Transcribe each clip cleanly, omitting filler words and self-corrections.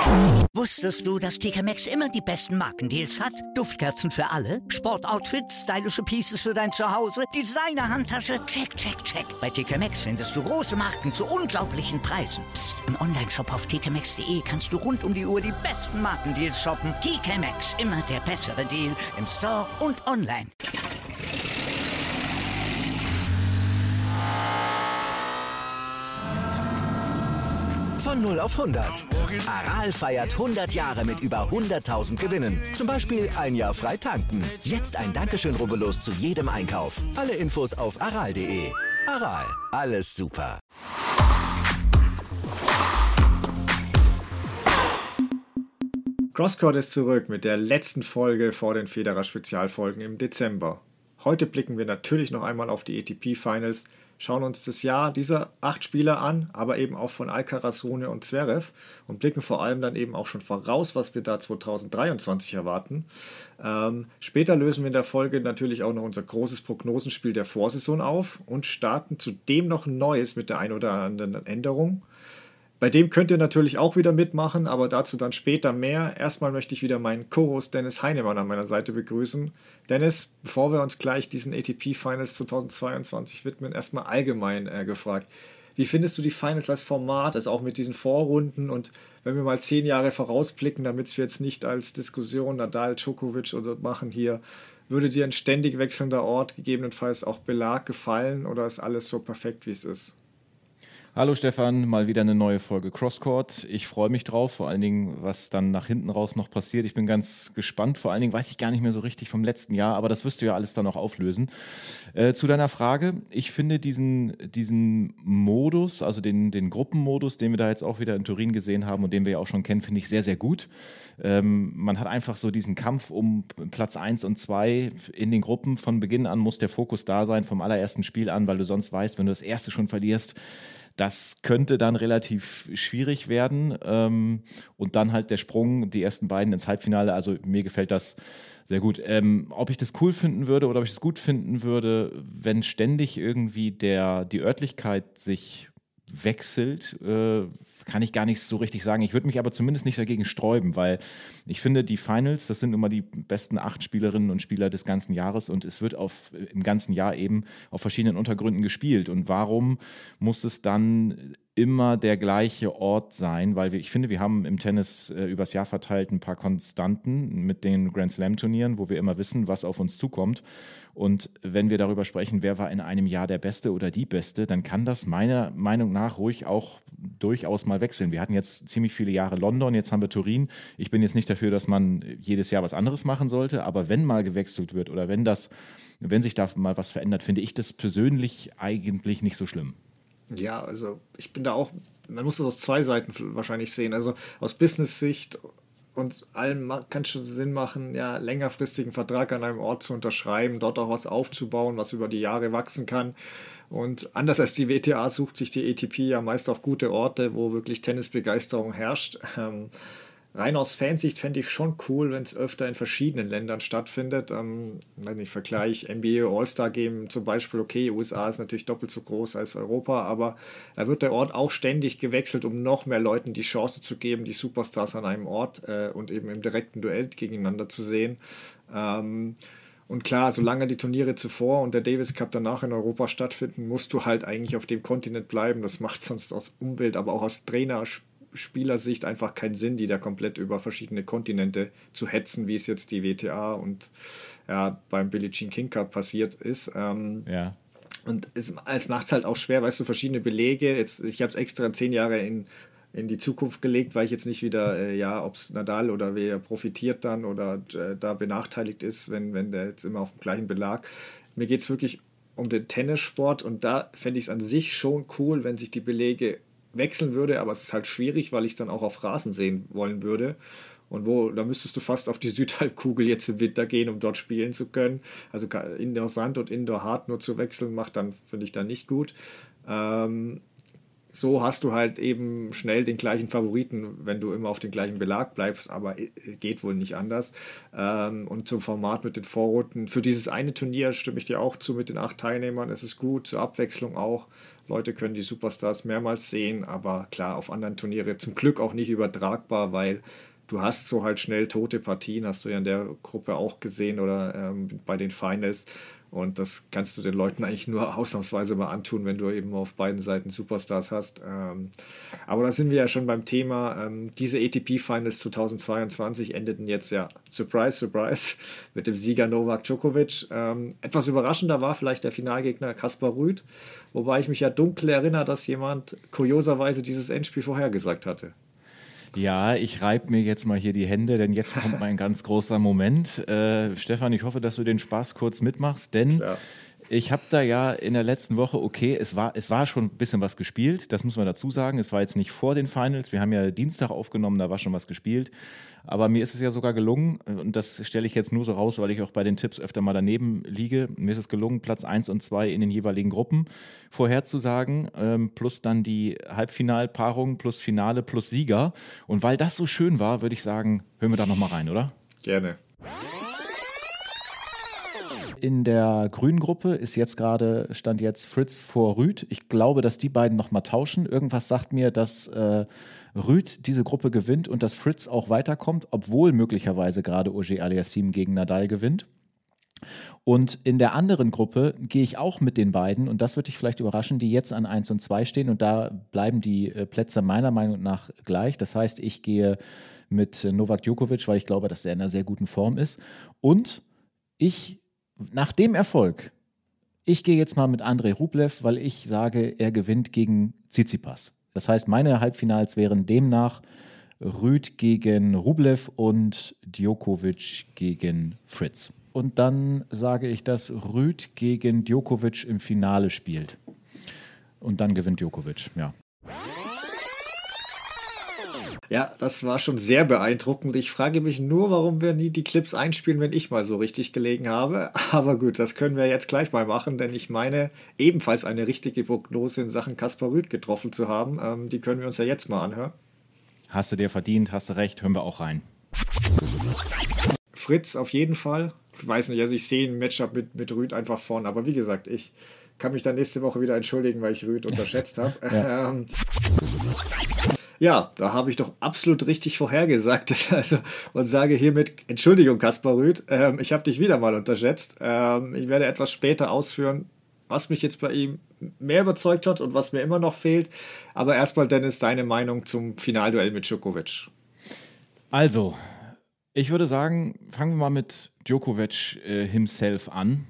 Wusstest du, dass TK Maxx immer die besten Markendeals hat? Duftkerzen für alle, Sportoutfits, stylische Pieces für dein Zuhause, Designer-Handtasche, check, check, check. Bei TK Maxx findest du große Marken zu unglaublichen Preisen. Psst. Im Onlineshop auf tkmaxx.de kannst du rund um die Uhr die besten Markendeals shoppen. TK Maxx, immer der bessere Deal im Store und online. Von 0 auf 100. Aral feiert 100 Jahre mit über 100.000 Gewinnen. Zum Beispiel ein Jahr frei tanken. Jetzt ein Dankeschön, rubbellos zu jedem Einkauf. Alle Infos auf aral.de. Aral, alles super. Crosscourt ist zurück mit der letzten Folge vor den Federer-Spezialfolgen im Dezember. Heute blicken wir natürlich noch einmal auf die ATP-Finals, schauen uns das Jahr dieser 8 Spieler an, aber eben auch von Alcaraz, Rune und Zverev und blicken vor allem dann eben auch schon voraus, was wir da 2023 erwarten. Später lösen wir in der Folge natürlich auch noch unser großes Prognosenspiel der Vorsaison auf und starten zudem noch ein neues mit der ein oder anderen Änderung. Bei dem könnt ihr natürlich auch wieder mitmachen, aber dazu dann später mehr. Erstmal möchte ich wieder meinen Co-Host Dennis Heinemann an meiner Seite begrüßen. Dennis, bevor wir uns gleich diesen ATP Finals 2022 widmen, erstmal allgemein gefragt. Wie findest du die Finals als Format, also auch mit diesen Vorrunden und wenn wir mal 10 Jahre vorausblicken, damit wir jetzt nicht als Diskussion Nadal, Djokovic oder machen hier, würde dir ein ständig wechselnder Ort, gegebenenfalls auch Belag gefallen oder ist alles so perfekt, wie es ist? Hallo Stefan, mal wieder eine neue Folge Crosscourt. Ich freue mich drauf, vor allen Dingen, was dann nach hinten raus noch passiert. Ich bin ganz gespannt, vor allen Dingen weiß ich gar nicht mehr so richtig vom letzten Jahr, aber das wirst du ja alles dann noch auflösen. Zu deiner Frage, ich finde diesen Modus, also den Gruppenmodus, den wir da jetzt auch wieder in Turin gesehen haben und den wir ja auch schon kennen, finde ich sehr, sehr gut. Man hat einfach so diesen Kampf um Platz 1 und 2 in den Gruppen. Von Beginn an muss der Fokus da sein, vom allerersten Spiel an, weil du sonst weißt, wenn du das erste schon verlierst, das könnte dann relativ schwierig werden und dann halt der Sprung, die ersten beiden ins Halbfinale, also mir gefällt das sehr gut. Ob ich das cool finden würde oder ob ich es gut finden würde, wenn ständig irgendwie die Örtlichkeit sich wechselt, kann ich gar nicht so richtig sagen. Ich würde mich aber zumindest nicht dagegen sträuben, weil ich finde, die Finals, das sind immer die besten 8 Spielerinnen und Spieler des ganzen Jahres und es wird im ganzen Jahr eben auf verschiedenen Untergründen gespielt. Und warum muss es dann immer der gleiche Ort sein? Weil ich finde, wir haben im Tennis übers Jahr verteilt ein paar Konstanten mit den Grand Slam Turnieren, wo wir immer wissen, was auf uns zukommt. Und wenn wir darüber sprechen, wer war in einem Jahr der Beste oder die Beste, dann kann das meiner Meinung nach ruhig auch durchaus mal wechseln. Wir hatten jetzt ziemlich viele Jahre London, jetzt haben wir Turin. Ich bin jetzt nicht dafür, dass man jedes Jahr was anderes machen sollte, aber wenn mal gewechselt wird oder wenn sich da mal was verändert, finde ich das persönlich eigentlich nicht so schlimm. Ja, also ich bin da auch, man muss das aus 2 Seiten wahrscheinlich sehen. Also aus Business-Sicht und allem kann es schon Sinn machen, ja, längerfristigen Vertrag an einem Ort zu unterschreiben, dort auch was aufzubauen, was über die Jahre wachsen kann. Und anders als die WTA sucht sich die ATP ja meist auch gute Orte, wo wirklich Tennisbegeisterung herrscht. Rein aus Fansicht fände ich schon cool, wenn es öfter in verschiedenen Ländern stattfindet. Weiß nicht, Vergleich NBA All-Star Game zum Beispiel, okay, USA ist natürlich doppelt so groß als Europa, aber da wird der Ort auch ständig gewechselt, um noch mehr Leuten die Chance zu geben, die Superstars an einem Ort und eben im direkten Duell gegeneinander zu sehen. Und klar, solange die Turniere zuvor und der Davis Cup danach in Europa stattfinden, musst du halt eigentlich auf dem Kontinent bleiben. Das macht sonst aus Umwelt, aber auch aus Spielersicht einfach keinen Sinn, die da komplett über verschiedene Kontinente zu hetzen, wie es jetzt die WTA und ja, beim Billie Jean King Cup passiert ist. Ja. Und es macht es halt auch schwer, weißt du, verschiedene Belege. Ich habe es extra 10 Jahre in die Zukunft gelegt, weil ich jetzt nicht wieder, ob es Nadal oder wer profitiert dann oder da benachteiligt ist, wenn der jetzt immer auf dem gleichen Belag. Mir geht es wirklich um den Tennissport und da fände ich es an sich schon cool, wenn sich die Belege wechseln würde, aber es ist halt schwierig, weil ich es dann auch auf Rasen sehen wollen würde. Und da müsstest du fast auf die Südhalbkugel jetzt im Winter gehen, um dort spielen zu können. Also Indoor Sand und Indoor Hard nur zu wechseln, finde ich dann nicht gut. So hast du halt eben schnell den gleichen Favoriten, wenn du immer auf den gleichen Belag bleibst, aber geht wohl nicht anders. Und zum Format mit den Vorrunden, für dieses eine Turnier stimme ich dir auch zu mit den 8 Teilnehmern, es ist gut, zur Abwechslung auch, Leute können die Superstars mehrmals sehen, aber klar, auf anderen Turniere zum Glück auch nicht übertragbar, weil du hast so halt schnell tote Partien, hast du ja in der Gruppe auch gesehen oder bei den Finals. Und das kannst du den Leuten eigentlich nur ausnahmsweise mal antun, wenn du eben auf beiden Seiten Superstars hast. Aber da sind wir ja schon beim Thema. Diese ATP-Finals 2022 endeten jetzt ja, surprise, surprise, mit dem Sieger Novak Djokovic. Etwas überraschender war vielleicht der Finalgegner Kaspar Ruud, wobei ich mich ja dunkel erinnere, dass jemand kurioserweise dieses Endspiel vorhergesagt hatte. Ja, ich reibe mir jetzt mal hier die Hände, denn jetzt kommt mein ganz großer Moment. Stefan, ich hoffe, dass du den Spaß kurz mitmachst, denn Klar. Ich habe da ja in der letzten Woche, okay, es war schon ein bisschen was gespielt, das muss man dazu sagen. Es war jetzt nicht vor den Finals, wir haben ja Dienstag aufgenommen, da war schon was gespielt. Aber mir ist es ja sogar gelungen, und das stelle ich jetzt nur so raus, weil ich auch bei den Tipps öfter mal daneben liege, mir ist es gelungen, Platz 1 und 2 in den jeweiligen Gruppen vorherzusagen, plus dann die Halbfinalpaarung, plus Finale, plus Sieger. Und weil das so schön war, würde ich sagen, hören wir da nochmal rein, oder? Gerne. In der grünen Gruppe stand jetzt Fritz vor Ruud. Ich glaube, dass die beiden nochmal tauschen. Irgendwas sagt mir, dass Ruud diese Gruppe gewinnt und dass Fritz auch weiterkommt, obwohl möglicherweise gerade Auger-Aliassime gegen Nadal gewinnt. Und in der anderen Gruppe gehe ich auch mit den beiden, und das wird dich vielleicht überraschen, die jetzt an 1 und 2 stehen, und da bleiben die Plätze meiner Meinung nach gleich. Das heißt, ich gehe mit Novak Djokovic, weil ich glaube, dass er in einer sehr guten Form ist. Und nach dem Erfolg, ich gehe jetzt mal mit Andrei Rublev, weil ich sage, er gewinnt gegen Tsitsipas. Das heißt, meine Halbfinals wären demnach Ruud gegen Rublev und Djokovic gegen Fritz. Und dann sage ich, dass Ruud gegen Djokovic im Finale spielt. Und dann gewinnt Djokovic, ja. Ja, das war schon sehr beeindruckend. Ich frage mich nur, warum wir nie die Clips einspielen, wenn ich mal so richtig gelegen habe. Aber gut, das können wir jetzt gleich mal machen, denn ich meine, ebenfalls eine richtige Prognose in Sachen Kaspar Ruud getroffen zu haben. Die können wir uns ja jetzt mal anhören. Hast du dir verdient, hast du recht, hören wir auch rein. Fritz auf jeden Fall. Ich weiß nicht, also ich sehe ein Matchup mit Ruud einfach vorn. Aber wie gesagt, ich kann mich dann nächste Woche wieder entschuldigen, weil ich Ruud unterschätzt habe. Ja. Ja, da habe ich doch absolut richtig vorhergesagt, und sage hiermit, Entschuldigung, Kaspar Ruud, ich habe dich wieder mal unterschätzt. Ich werde etwas später ausführen, was mich jetzt bei ihm mehr überzeugt hat und was mir immer noch fehlt. Aber erstmal, Dennis, deine Meinung zum Finalduell mit Djokovic. Also, ich würde sagen, fangen wir mal mit Djokovic himself an.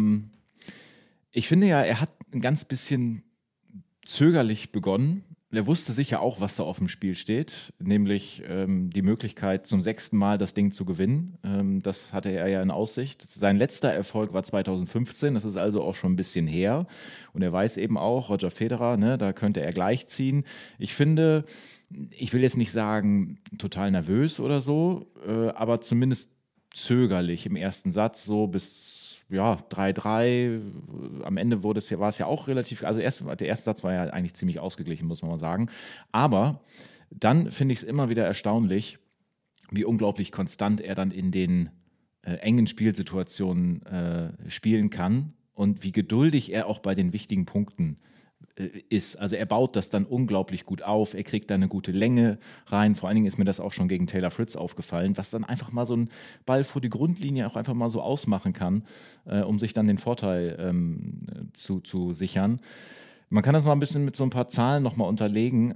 Ich finde ja, er hat ein ganz bisschen zögerlich begonnen. Er wusste sicher auch, was da auf dem Spiel steht, nämlich die Möglichkeit, zum 6. Mal das Ding zu gewinnen. Das hatte er ja in Aussicht. Sein letzter Erfolg war 2015, das ist also auch schon ein bisschen her. Und er weiß eben auch, Roger Federer, ne, da könnte er gleich ziehen. Ich finde, ich will jetzt nicht sagen total nervös oder so, aber zumindest zögerlich im ersten Satz, so bis 3-3, am Ende war es ja auch relativ, also der erste Satz war ja eigentlich ziemlich ausgeglichen, muss man mal sagen. Aber dann finde ich es immer wieder erstaunlich, wie unglaublich konstant er dann in den engen Spielsituationen spielen kann und wie geduldig er auch bei den wichtigen Punkten ist. Also er baut das dann unglaublich gut auf, er kriegt da eine gute Länge rein, vor allen Dingen ist mir das auch schon gegen Taylor Fritz aufgefallen, was dann einfach mal so ein Ball vor die Grundlinie auch einfach mal so ausmachen kann, um sich dann den Vorteil zu sichern. Man kann das mal ein bisschen mit so ein paar Zahlen nochmal unterlegen.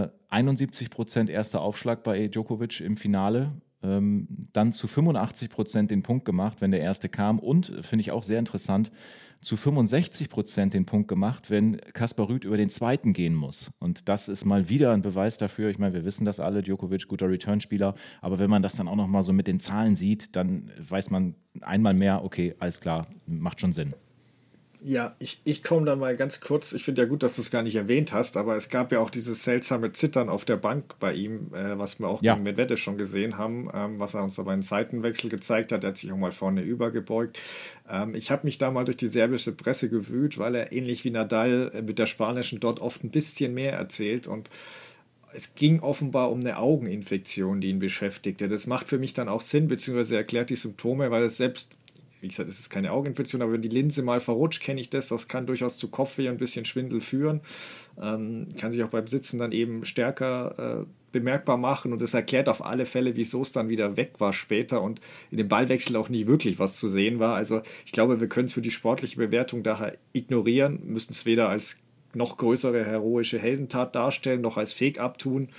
71% erster Aufschlag bei Djokovic im Finale, dann zu 85% den Punkt gemacht, wenn der erste kam, und, finde ich auch sehr interessant, zu 65% den Punkt gemacht, wenn Kaspar Ruud über den zweiten gehen muss. Und das ist mal wieder ein Beweis dafür. Ich meine, wir wissen das alle, Djokovic, guter Returnspieler, aber wenn man das dann auch nochmal so mit den Zahlen sieht, dann weiß man einmal mehr, okay, alles klar, macht schon Sinn. Ja, ich komme dann mal ganz kurz, ich finde ja gut, dass du es gar nicht erwähnt hast, aber es gab ja auch dieses seltsame Zittern auf der Bank bei ihm, was wir auch gegen Medvedev schon gesehen haben, was er uns da beim Seitenwechsel gezeigt hat. Er hat sich auch mal vorne übergebeugt. Ich habe mich da mal durch die serbische Presse gewühlt, weil er ähnlich wie Nadal mit der spanischen dort oft ein bisschen mehr erzählt, und es ging offenbar um eine Augeninfektion, die ihn beschäftigte. Das macht für mich dann auch Sinn, beziehungsweise erklärt die Symptome, weil es selbst wie gesagt, es ist keine Augeninfektion, aber wenn die Linse mal verrutscht, kenne ich das. Das kann durchaus zu Kopfweh und ein bisschen Schwindel führen. Kann sich auch beim Sitzen dann eben stärker bemerkbar machen. Und das erklärt auf alle Fälle, wieso es dann wieder weg war später und in dem Ballwechsel auch nicht wirklich was zu sehen war. Also ich glaube, wir können es für die sportliche Bewertung daher ignorieren, müssen es weder als noch größere heroische Heldentat darstellen, noch als Fake abtun.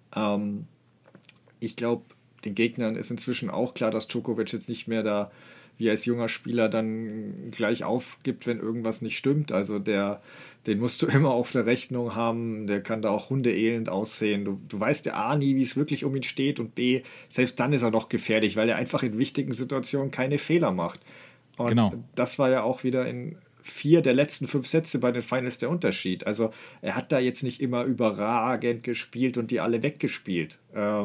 Ich glaube, den Gegnern ist inzwischen auch klar, dass Djokovic jetzt nicht mehr da wie als junger Spieler dann gleich aufgibt, wenn irgendwas nicht stimmt. Also den musst du immer auf der Rechnung haben, der kann da auch hundeelend aussehen. Du weißt ja A nie, wie es wirklich um ihn steht und B, selbst dann ist er noch gefährlich, weil er einfach in wichtigen Situationen keine Fehler macht. Und genau. Das war ja auch wieder in 4 der letzten 5 Sätze bei den Finals der Unterschied. Also er hat da jetzt nicht immer überragend gespielt und die alle weggespielt.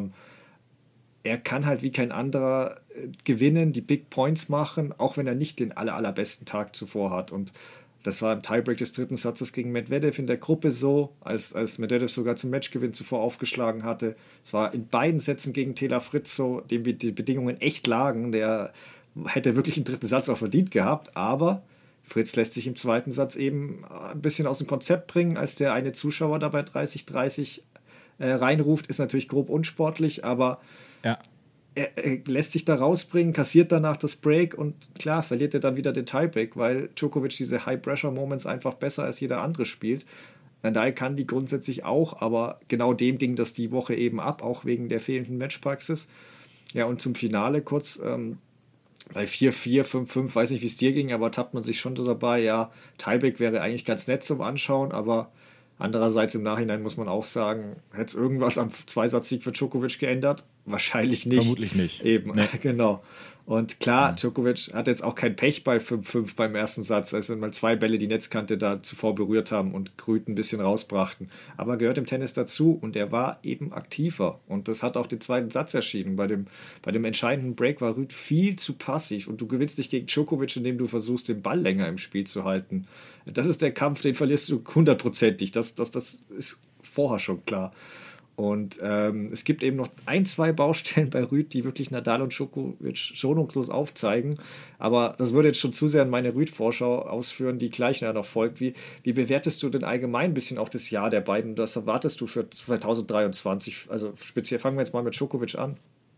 Er kann halt wie kein anderer gewinnen, die Big Points machen, auch wenn er nicht den allerbesten Tag zuvor hat. Und das war im Tiebreak des 3. Satzes gegen Medvedev in der Gruppe so, als Medvedev sogar zum Matchgewinn zuvor aufgeschlagen hatte. Es war in beiden Sätzen gegen Taylor Fritz so, dem die Bedingungen echt lagen. Der hätte wirklich einen 3. Satz auch verdient gehabt, aber Fritz lässt sich im 2. Satz eben ein bisschen aus dem Konzept bringen, als der eine Zuschauer dabei 30-30 reinruft, ist natürlich grob unsportlich, aber ja. Er lässt sich da rausbringen, kassiert danach das Break und klar, verliert er dann wieder den Tiebreak, weil Djokovic diese High-Pressure-Moments einfach besser als jeder andere spielt. Nadal kann die grundsätzlich auch, aber genau dem ging das die Woche eben ab, auch wegen der fehlenden Matchpraxis. Ja, und zum Finale kurz, bei 4-4, 5-5, weiß nicht, wie es dir ging, aber tappt man sich schon so dabei, ja, Tiebreak wäre eigentlich ganz nett zum Anschauen, aber andererseits im Nachhinein muss man auch sagen, hätte es irgendwas am 2-Satz-Sieg für Djokovic geändert? Wahrscheinlich nicht. Vermutlich nicht. Eben, nee. Genau. Und klar, Djokovic hat jetzt auch kein Pech bei 5-5 beim ersten Satz. Es sind mal 2 Bälle, die Netzkante da zuvor berührt haben und Grüt ein bisschen rausbrachten. Aber gehört im Tennis dazu und er war eben aktiver. Und das hat auch den 2. Satz erschienen. Bei dem entscheidenden Break war Rüd viel zu passiv und du gewinnst dich gegen Djokovic, indem du versuchst, den Ball länger im Spiel zu halten. Das ist der Kampf, den verlierst du 100%ig. Das ist vorher schon klar. Und es gibt eben noch 1-2 Baustellen bei Rüd, die wirklich Nadal und Djokovic schonungslos aufzeigen. Aber das würde jetzt schon zu sehr in meine Rüd-Vorschau ausführen, die gleich noch folgt. Wie bewertest du denn allgemein ein bisschen auch das Jahr der beiden? Was erwartest du für 2023? Also speziell fangen wir jetzt mal mit Djokovic an.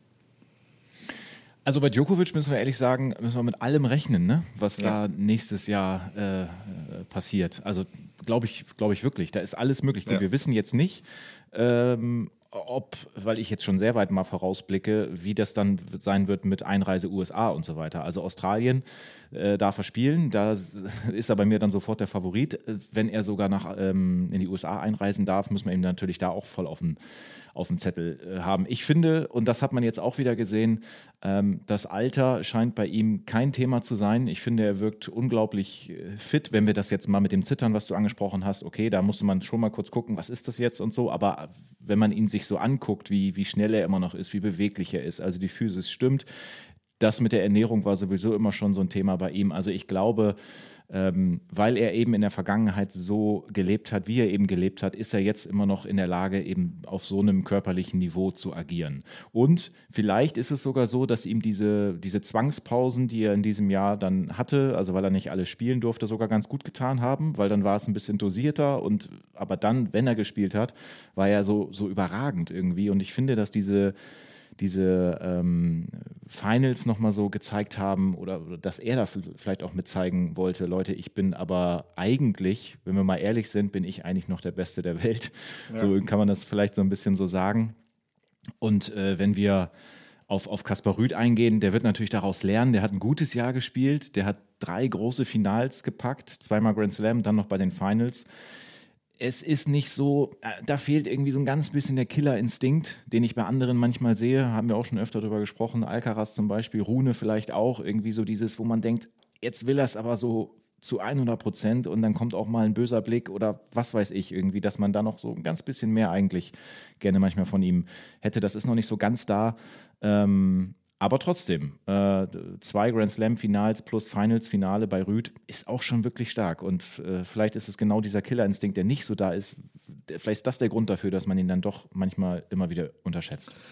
Also bei Djokovic müssen wir ehrlich sagen, müssen wir mit allem rechnen, ne? Was da nächstes Jahr passiert. Also glaube ich wirklich, da ist alles möglich. Gut, wir wissen jetzt nicht, weil ich jetzt schon sehr weit mal vorausblicke, wie das dann sein wird mit Einreise USA und so weiter. Also Australien darf er spielen, da ist er bei mir dann sofort der Favorit. Wenn er sogar in die USA einreisen darf, müssen wir ihn natürlich da auch voll auf dem Zettel haben. Ich finde, und das hat man jetzt auch wieder gesehen, das Alter scheint bei ihm kein Thema zu sein. Ich finde, er wirkt unglaublich fit, wenn wir das jetzt mal mit dem Zittern, was du angesprochen hast, okay, da musste man schon mal kurz gucken, was ist das jetzt und so, aber wenn man ihn sich so anguckt, wie schnell er immer noch ist, wie beweglich er ist, also die Physis stimmt. Das mit der Ernährung war sowieso immer schon so ein Thema bei ihm. Also ich glaube, weil er eben in der Vergangenheit so gelebt hat, wie er eben gelebt hat, ist er jetzt immer noch in der Lage, eben auf so einem körperlichen Niveau zu agieren. Und vielleicht ist es sogar so, dass ihm diese Zwangspausen, die er in diesem Jahr dann hatte, also weil er nicht alles spielen durfte, sogar ganz gut getan haben, weil dann war es ein bisschen dosierter aber dann, wenn er gespielt hat, war er so überragend irgendwie. Und ich finde, dass diese Finals nochmal so gezeigt haben oder dass er da vielleicht auch mitzeigen wollte, Leute, ich bin aber eigentlich, wenn wir mal ehrlich sind, bin ich eigentlich noch der Beste der Welt. Ja. So kann man das vielleicht so ein bisschen so sagen. Und wenn wir auf Kaspar Rüd eingehen, der wird natürlich daraus lernen, der hat ein gutes Jahr gespielt, der hat 3 große Finals gepackt, 2-mal Grand Slam, dann noch bei den Finals. Es ist nicht so, da fehlt irgendwie so ein ganz bisschen der Killerinstinkt, den ich bei anderen manchmal sehe, haben wir auch schon öfter drüber gesprochen, Alcaraz zum Beispiel, Rune vielleicht auch, irgendwie so dieses, wo man denkt, jetzt will er es aber so zu 100% und dann kommt auch mal ein böser Blick oder was weiß ich irgendwie, dass man da noch so ein ganz bisschen mehr eigentlich gerne manchmal von ihm hätte, das ist noch nicht so ganz da, aber trotzdem, 2 Grand Slam Finals plus Finals-Finale bei Rüd ist auch schon wirklich stark. Und vielleicht ist es genau dieser Killerinstinkt, der nicht so da ist. Vielleicht ist das der Grund dafür, dass man ihn dann doch manchmal immer wieder unterschätzt.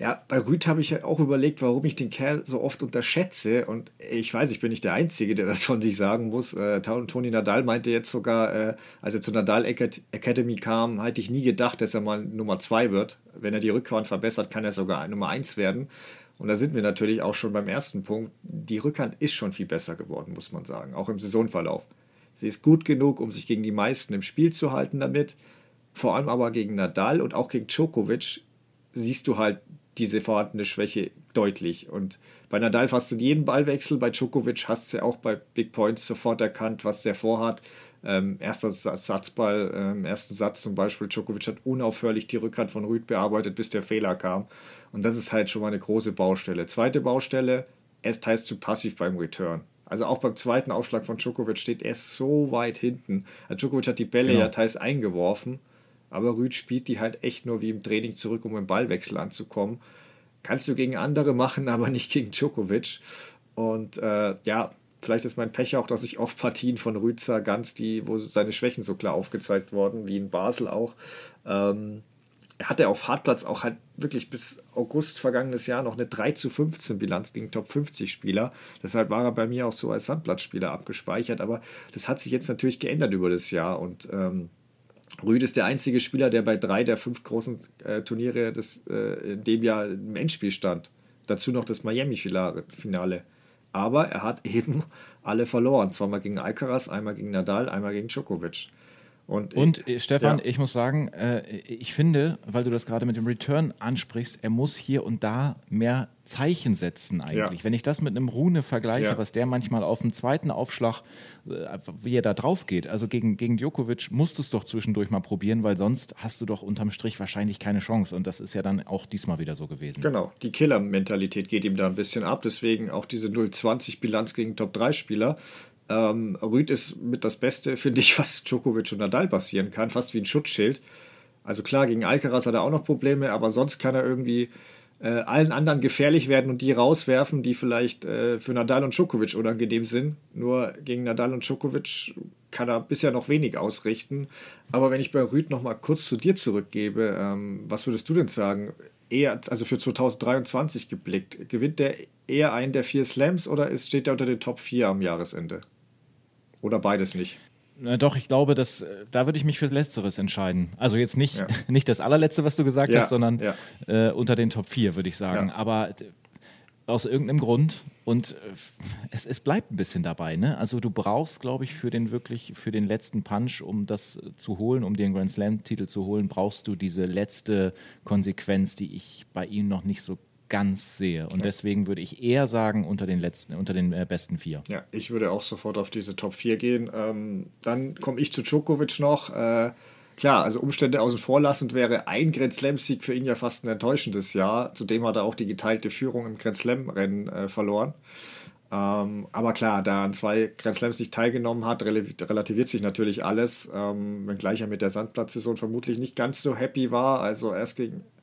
Ja, bei Ruud habe ich ja auch überlegt, warum ich den Kerl so oft unterschätze. Und ich weiß, ich bin nicht der Einzige, der das von sich sagen muss. Toni Nadal meinte jetzt sogar, als er zur Nadal Academy kam, hätte ich nie gedacht, dass er mal Nummer 2 wird. Wenn er die Rückhand verbessert, kann er sogar Nummer 1 werden. Und da sind wir natürlich auch schon beim ersten Punkt. Die Rückhand ist schon viel besser geworden, muss man sagen, auch im Saisonverlauf. Sie ist gut genug, um sich gegen die meisten im Spiel zu halten damit. Vor allem aber gegen Nadal und auch gegen Djokovic siehst du halt diese vorhandene Schwäche deutlich. Und bei Nadal fast in jedem Ballwechsel, bei Djokovic hast du ja auch bei Big Points sofort erkannt, was der vorhat. Erster Satzball, im ersten Satz zum Beispiel, Djokovic hat unaufhörlich die Rückhand von Ruud bearbeitet, bis der Fehler kam. Und das ist halt schon mal eine große Baustelle. Zweite Baustelle, er ist teils zu passiv beim Return. Also auch beim zweiten Aufschlag von Djokovic steht er so weit hinten. Djokovic hat die Bälle ja teils eingeworfen, aber Ruud spielt die halt echt nur wie im Training zurück, um im Ballwechsel anzukommen. Kannst du gegen andere machen, aber nicht gegen Djokovic. Und vielleicht ist mein Pech auch, dass ich oft Partien von Ruud sah, wo seine Schwächen so klar aufgezeigt wurden, wie in Basel auch. Er hatte auf Hartplatz auch halt wirklich bis August vergangenes Jahr noch eine 3:15 Bilanz gegen Top 50 Spieler. Deshalb war er bei mir auch so als Sandplatzspieler abgespeichert. Aber das hat sich jetzt natürlich geändert über das Jahr. Und Ruud ist der einzige Spieler, der bei 3 der 5 großen Turniere in dem Jahr im Endspiel stand. Dazu noch das Miami-Finale. Aber er hat eben alle verloren. Zweimal gegen Alcaraz, einmal gegen Nadal, einmal gegen Djokovic. Und Stefan, ich muss sagen, ich finde, weil du das gerade mit dem Return ansprichst, er muss hier und da mehr Zeichen setzen eigentlich. Ja. Wenn ich das mit einem Rune vergleiche, was der manchmal auf dem zweiten Aufschlag, wie er da drauf geht, also gegen Djokovic musst du es doch zwischendurch mal probieren, weil sonst hast du doch unterm Strich wahrscheinlich keine Chance. Und das ist ja dann auch diesmal wieder so gewesen. Genau, die Killer-Mentalität geht ihm da ein bisschen ab. Deswegen auch diese 0:20-Bilanz gegen Top-3-Spieler. Ruud ist mit das Beste, finde ich, was Djokovic und Nadal passieren kann, fast wie ein Schutzschild. Also klar, gegen Alcaraz hat er auch noch Probleme, aber sonst kann er irgendwie allen anderen gefährlich werden und die rauswerfen, die vielleicht für Nadal und Djokovic unangenehm sind. Nur gegen Nadal und Djokovic kann er bisher noch wenig ausrichten. Aber wenn ich bei Ruud noch mal kurz zu dir zurückgebe, was würdest du denn sagen? Also für 2023 geblickt, gewinnt der eher einen der 4 Slams oder steht der unter den Top 4 am Jahresende? Oder beides nicht? Na doch, ich glaube, da würde ich mich für Letzteres entscheiden. Also jetzt nicht das allerletzte, was du gesagt hast, sondern unter den Top 4, würde ich sagen. Ja. Aber aus irgendeinem Grund und es bleibt ein bisschen dabei. Ne? Also du brauchst, glaube ich, für den letzten Punch, um das zu holen, um den Grand Slam-Titel zu holen, brauchst du diese letzte Konsequenz, die ich bei ihm noch nicht so ganz sehe. Und deswegen würde ich eher sagen, unter den besten 4. Ja, ich würde auch sofort auf diese Top 4 gehen. Dann komme ich zu Djokovic noch. Klar, also Umstände außen vor lassend wäre ein Grand Slam-Sieg für ihn ja fast ein enttäuschendes Jahr. Zudem hat er auch die geteilte Führung im Grand Slam-Rennen verloren. Aber klar, da er an 2 Grand Slams nicht teilgenommen hat, relativiert sich natürlich alles. Wenngleich er mit der Sandplatzsaison vermutlich nicht ganz so happy war. Also erst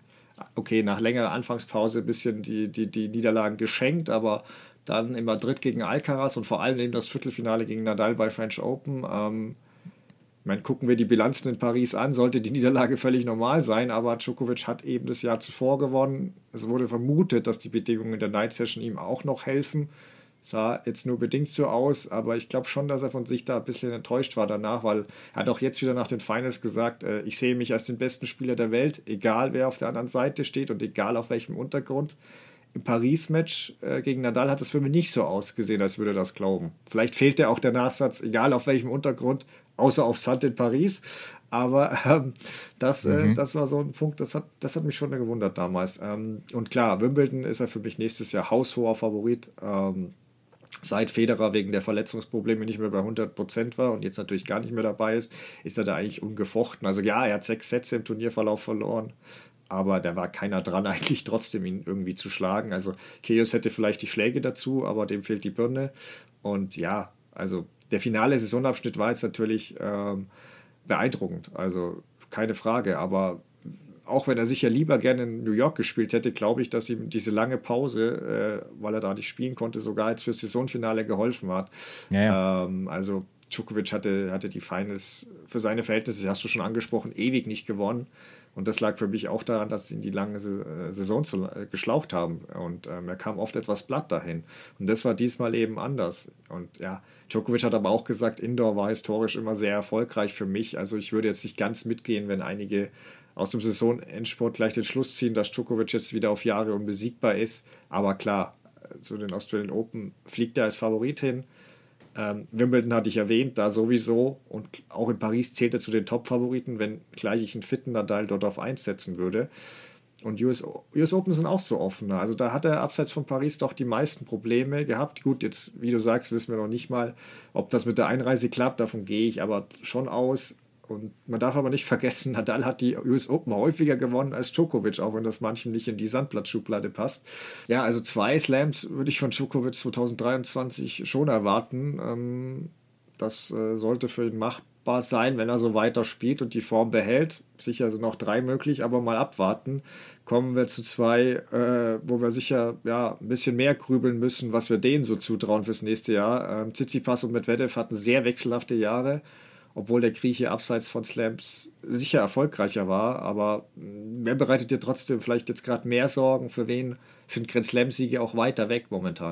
nach längerer Anfangspause ein bisschen die Niederlagen geschenkt, aber dann in Madrid gegen Alcaraz und vor allem eben das Viertelfinale gegen Nadal bei French Open. Gucken wir die Bilanzen in Paris an, sollte die Niederlage völlig normal sein, aber Djokovic hat eben das Jahr zuvor gewonnen. Es wurde vermutet, dass die Bedingungen der Night Session ihm auch noch helfen. Sah jetzt nur bedingt so aus, aber ich glaube schon, dass er von sich da ein bisschen enttäuscht war danach, weil er hat auch jetzt wieder nach den Finals gesagt, ich sehe mich als den besten Spieler der Welt, egal wer auf der anderen Seite steht und egal auf welchem Untergrund. Im Paris-Match gegen Nadal hat es für mich nicht so ausgesehen, als würde er das glauben. Vielleicht fehlte auch der Nachsatz, egal auf welchem Untergrund, außer auf Sand in Paris. Aber das war so ein Punkt, das hat mich schon gewundert damals. Und klar, Wimbledon ist er für mich nächstes Jahr haushoher Favorit. Seit Federer wegen der Verletzungsprobleme nicht mehr bei 100% war und jetzt natürlich gar nicht mehr dabei ist er da eigentlich ungefochten. Also ja, er hat 6 Sätze im Turnierverlauf verloren, aber da war keiner dran, eigentlich trotzdem ihn irgendwie zu schlagen. Also Kyrgios hätte vielleicht die Schläge dazu, aber dem fehlt die Birne. Und ja, also der finale Saisonabschnitt war jetzt natürlich beeindruckend, also keine Frage, aber auch wenn er sicher lieber gerne in New York gespielt hätte, glaube ich, dass ihm diese lange Pause, weil er da nicht spielen konnte, sogar jetzt fürs Saisonfinale geholfen hat. Ja. Also Djokovic hatte die Finals für seine Verhältnisse, hast du schon angesprochen, ewig nicht gewonnen. Und das lag für mich auch daran, dass sie in die lange Saison geschlaucht haben. Und er kam oft etwas platt dahin. Und das war diesmal eben anders. Und ja, Djokovic hat aber auch gesagt, Indoor war historisch immer sehr erfolgreich für mich. Also ich würde jetzt nicht ganz mitgehen, wenn einige aus dem Saisonendsport gleich den Schluss ziehen, dass Djokovic jetzt wieder auf Jahre unbesiegbar ist. Aber klar, zu den Australian Open fliegt er als Favorit hin. Wimbledon hatte ich erwähnt, da sowieso. Und auch in Paris zählt er zu den Top-Favoriten, wenn gleich ich einen fitten Nadal dort auf 1 setzen würde. Und US Open sind auch so offener. Also da hat er abseits von Paris doch die meisten Probleme gehabt. Gut, jetzt, wie du sagst, wissen wir noch nicht mal, ob das mit der Einreise klappt. Davon gehe ich aber schon aus. Und man darf aber nicht vergessen, Nadal hat die US Open häufiger gewonnen als Djokovic, auch wenn das manchem nicht in die Sandplatzschublade passt. Ja, also 2 Slams würde ich von Djokovic 2023 schon erwarten. Das sollte für ihn machbar sein, wenn er so weiter spielt und die Form behält. Sicher sind noch 3 möglich, aber mal abwarten. Kommen wir zu 2, wo wir sicher ein bisschen mehr grübeln müssen, was wir denen so zutrauen fürs nächste Jahr. Tsitsipas und Medvedev hatten sehr wechselhafte Jahre, obwohl der Grieche abseits von Slams sicher erfolgreicher war. Aber wer bereitet dir trotzdem vielleicht jetzt gerade mehr Sorgen? Für wen sind Grand Slam-Siege auch weiter weg momentan?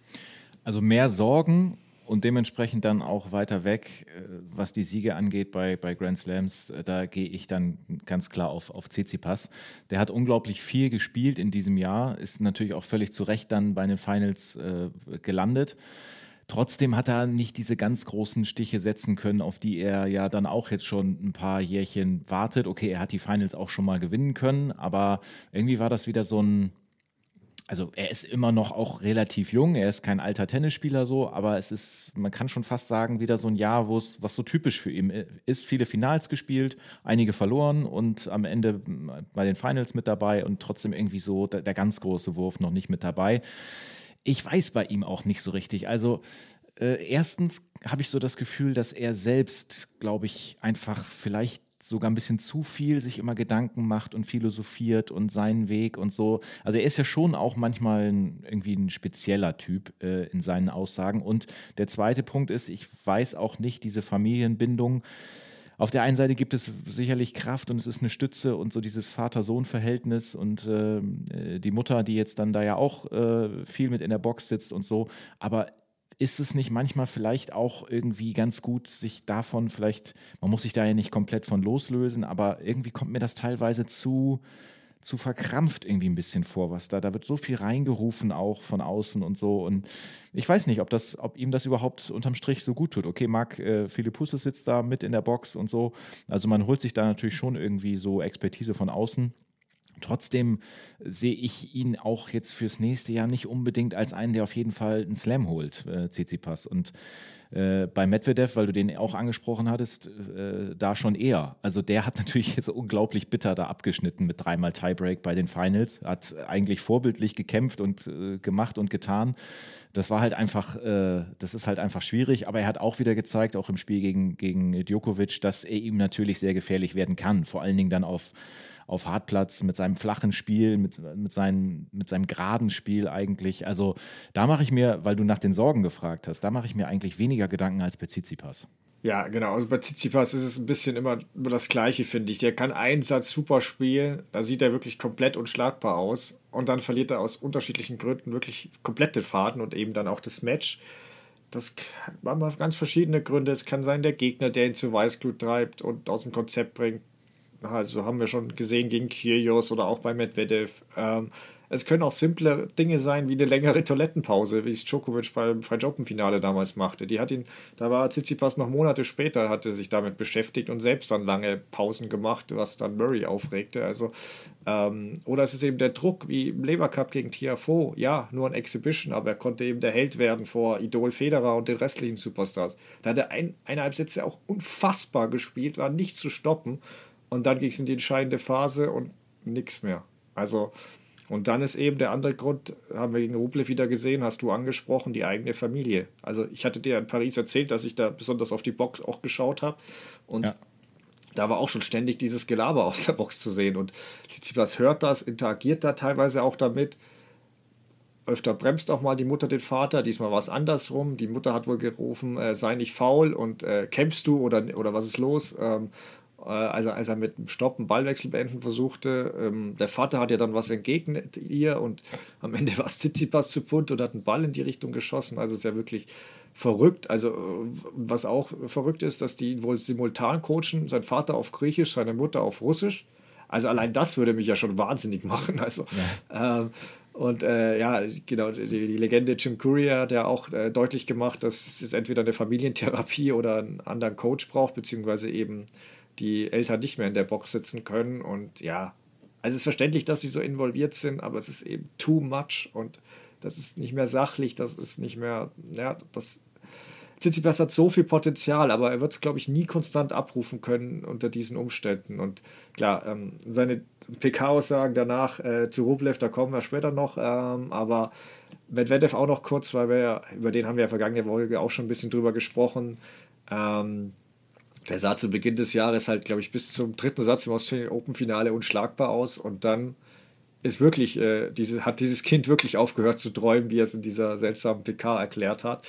Also mehr Sorgen und dementsprechend dann auch weiter weg, was die Siege angeht bei Grand Slams. Da gehe ich dann ganz klar auf Tsitsipas. Der hat unglaublich viel gespielt in diesem Jahr, ist natürlich auch völlig zu Recht dann bei den Finals gelandet. Trotzdem hat er nicht diese ganz großen Stiche setzen können, auf die er ja dann auch jetzt schon ein paar Jährchen wartet. Okay, er hat die Finals auch schon mal gewinnen können, aber irgendwie war das wieder so ein, also er ist immer noch auch relativ jung, er ist kein alter Tennisspieler so, aber es ist, man kann schon fast sagen, wieder so ein Jahr, was so typisch für ihn ist. Viele Finals gespielt, einige verloren und am Ende bei den Finals mit dabei und trotzdem irgendwie so der ganz große Wurf noch nicht mit dabei. Ich weiß bei ihm auch nicht so richtig. Also erstens habe ich so das Gefühl, dass er selbst, glaube ich, einfach vielleicht sogar ein bisschen zu viel sich immer Gedanken macht und philosophiert und seinen Weg und so. Also er ist ja schon auch manchmal irgendwie ein spezieller Typ in seinen Aussagen. Und der zweite Punkt ist, ich weiß auch nicht, diese Familienbindung. Auf der einen Seite gibt es sicherlich Kraft und es ist eine Stütze und so dieses Vater-Sohn-Verhältnis und die Mutter, die jetzt dann da ja auch viel mit in der Box sitzt und so. Aber ist es nicht manchmal vielleicht auch irgendwie ganz gut, sich davon vielleicht, man muss sich da ja nicht komplett von loslösen, aber irgendwie kommt mir das teilweise zu verkrampft irgendwie ein bisschen vor, was da wird so viel reingerufen auch von außen und so und ich weiß nicht, ob ihm das überhaupt unterm Strich so gut tut. Okay, Marc Philippussis sitzt da mit in der Box und so, also man holt sich da natürlich schon irgendwie so Expertise von außen. Trotzdem sehe ich ihn auch jetzt fürs nächste Jahr nicht unbedingt als einen, der auf jeden Fall einen Slam holt, Tsitsipas. Und bei Medvedev, weil du den auch angesprochen hattest, da schon eher. Also der hat natürlich jetzt unglaublich bitter da abgeschnitten mit 3-mal Tiebreak bei den Finals, hat eigentlich vorbildlich gekämpft und gemacht und getan. Das war halt einfach, das ist halt einfach schwierig, aber er hat auch wieder gezeigt, auch im Spiel gegen Djokovic, dass er ihm natürlich sehr gefährlich werden kann, vor allen Dingen dann auf Hartplatz, mit seinem flachen Spiel, mit seinem geraden Spiel eigentlich. Also da mache ich mir, weil du nach den Sorgen gefragt hast, da mache ich mir eigentlich weniger Gedanken als bei Tsitsipas. Ja, genau. Also bei Tsitsipas ist es ein bisschen immer das Gleiche, finde ich. Der kann einen Satz super spielen, da sieht er wirklich komplett unschlagbar aus und dann verliert er aus unterschiedlichen Gründen wirklich komplette Faden und eben dann auch das Match. Das haben mal ganz verschiedene Gründe. Es kann sein, der Gegner, der ihn zu Weißglut treibt und aus dem Konzept bringt. Also haben wir schon gesehen gegen Kyrgios oder auch bei Medvedev. Es können auch simple Dinge sein, wie eine längere Toilettenpause, wie es Djokovic beim French Open Finale damals machte. Da war Tsitsipas noch Monate später, hatte sich damit beschäftigt und selbst dann lange Pausen gemacht, was dann Murray aufregte. Also, oder es ist eben der Druck, wie im Lever Cup gegen Tiafoe. Ja, nur ein Exhibition, aber er konnte eben der Held werden vor Idol Federer und den restlichen Superstars. Da hat er 1,5 Sätze auch unfassbar gespielt, war nicht zu stoppen. Und dann ging es in die entscheidende Phase und nichts mehr. Also, und dann ist eben der andere Grund, haben wir gegen Rublev wieder gesehen, hast du angesprochen, die eigene Familie. Also ich hatte dir in Paris erzählt, dass ich da besonders auf die Box auch geschaut habe. Und da war auch schon ständig dieses Gelaber aus der Box zu sehen. Und Tsitsipas hört das, interagiert da teilweise auch damit. Öfter bremst auch mal die Mutter den Vater, diesmal war es andersrum. Die Mutter hat wohl gerufen, sei nicht faul und kämpfst du oder was ist los? als er mit dem Stopp einen Ballwechsel beenden versuchte. Der Vater hat ja dann was entgegnet ihr und am Ende war es Tsitsipas zu Punt und hat einen Ball in die Richtung geschossen. Also ist ja wirklich verrückt. Also was auch verrückt ist, dass die ihn wohl simultan coachen, sein Vater auf Griechisch, seine Mutter auf Russisch. Also allein das würde mich ja schon wahnsinnig machen. Also genau, die Legende Jim Courier hat ja auch deutlich gemacht, dass es entweder eine Familientherapie oder einen anderen Coach braucht, beziehungsweise eben die Eltern nicht mehr in der Box sitzen können. Und ja, also es ist verständlich, dass sie so involviert sind, aber es ist eben too much und das ist nicht mehr sachlich, das ist nicht mehr, ja, das Tsitsipas hat so viel Potenzial, aber er wird es, glaube ich, nie konstant abrufen können unter diesen Umständen. Und klar, seine PK-Aussagen danach zu Rublev, da kommen wir später noch, aber Medvedev auch noch kurz, weil über den haben wir ja vergangene Folge auch schon ein bisschen drüber gesprochen. Der sah zu Beginn des Jahres halt, glaube ich, bis zum 3. Satz im Australian Open-Finale unschlagbar aus und dann ist wirklich, hat dieses Kind wirklich aufgehört zu träumen, wie er es in dieser seltsamen PK erklärt hat.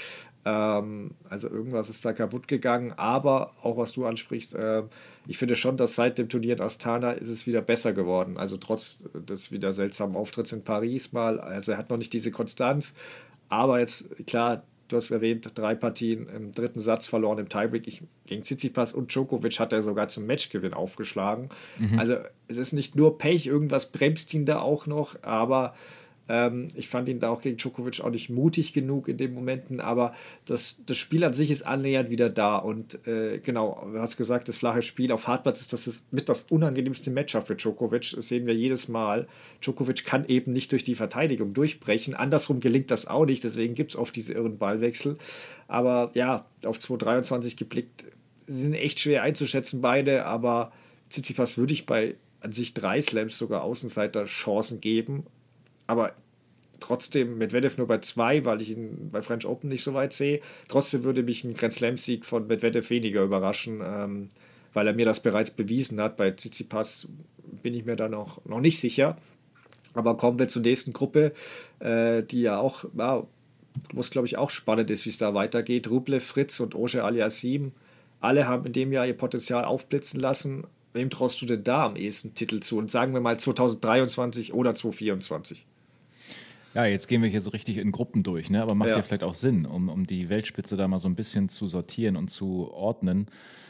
Also irgendwas ist da kaputt gegangen, aber auch was du ansprichst, ich finde schon, dass seit dem Turnier in Astana ist es wieder besser geworden, also trotz des wieder seltsamen Auftritts in Paris mal, also er hat noch nicht diese Konstanz, aber jetzt, klar, du hast erwähnt, 3 Partien im 3. Satz verloren im Tiebreak, gegen Tsitsipas und Djokovic hat er sogar zum Matchgewinn aufgeschlagen, also es ist nicht nur Pech, irgendwas bremst ihn da auch noch, aber ich fand ihn da auch gegen Djokovic auch nicht mutig genug in den Momenten, aber das Spiel an sich ist annähernd wieder da und genau, du hast gesagt, das flache Spiel auf Hartplatz ist das mit das unangenehmste Matchup für Djokovic, das sehen wir jedes Mal. Djokovic kann eben nicht durch die Verteidigung durchbrechen, andersrum gelingt das auch nicht, deswegen gibt es oft diese irren Ballwechsel, aber ja, auf 2023 geblickt, sie sind echt schwer einzuschätzen beide, aber Tsitsipas würde ich bei an sich 3 Slams sogar Außenseiter Chancen geben, aber trotzdem Medvedev nur bei 2, weil ich ihn bei French Open nicht so weit sehe. Trotzdem würde mich ein Grand Slam-Sieg von Medvedev weniger überraschen, weil er mir das bereits bewiesen hat. Bei Tsitsipas bin ich mir da noch nicht sicher. Aber kommen wir zur nächsten Gruppe, die ja auch, was glaube ich auch spannend ist, wie es da weitergeht. Rublev, Fritz und Auger Aliassime, alle haben in dem Jahr ihr Potenzial aufblitzen lassen. Wem traust du denn da am ehesten Titel zu? Und sagen wir mal 2023 oder 2024? Ja, jetzt gehen wir hier so richtig in Gruppen durch, ne? Aber macht ja vielleicht auch Sinn, um die Weltspitze da mal so ein bisschen zu sortieren und zu ordnen.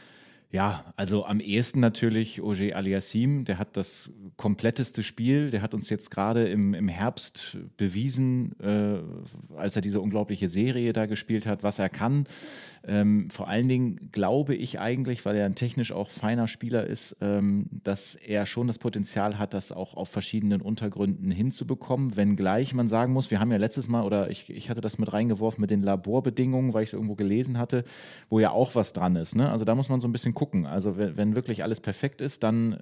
Ja, also am ehesten natürlich Auger Aliassime, der hat das kompletteste Spiel, der hat uns jetzt gerade im Herbst bewiesen, als er diese unglaubliche Serie da gespielt hat, was er kann. Vor allen Dingen glaube ich eigentlich, weil er ein technisch auch feiner Spieler ist, dass er schon das Potenzial hat, das auch auf verschiedenen Untergründen hinzubekommen, wenngleich man sagen muss, wir haben ja letztes Mal, oder ich hatte das mit reingeworfen mit den Laborbedingungen, weil ich es irgendwo gelesen hatte, wo ja auch was dran ist, ne? Also da muss man so ein bisschen gucken. Also wenn wirklich alles perfekt ist, dann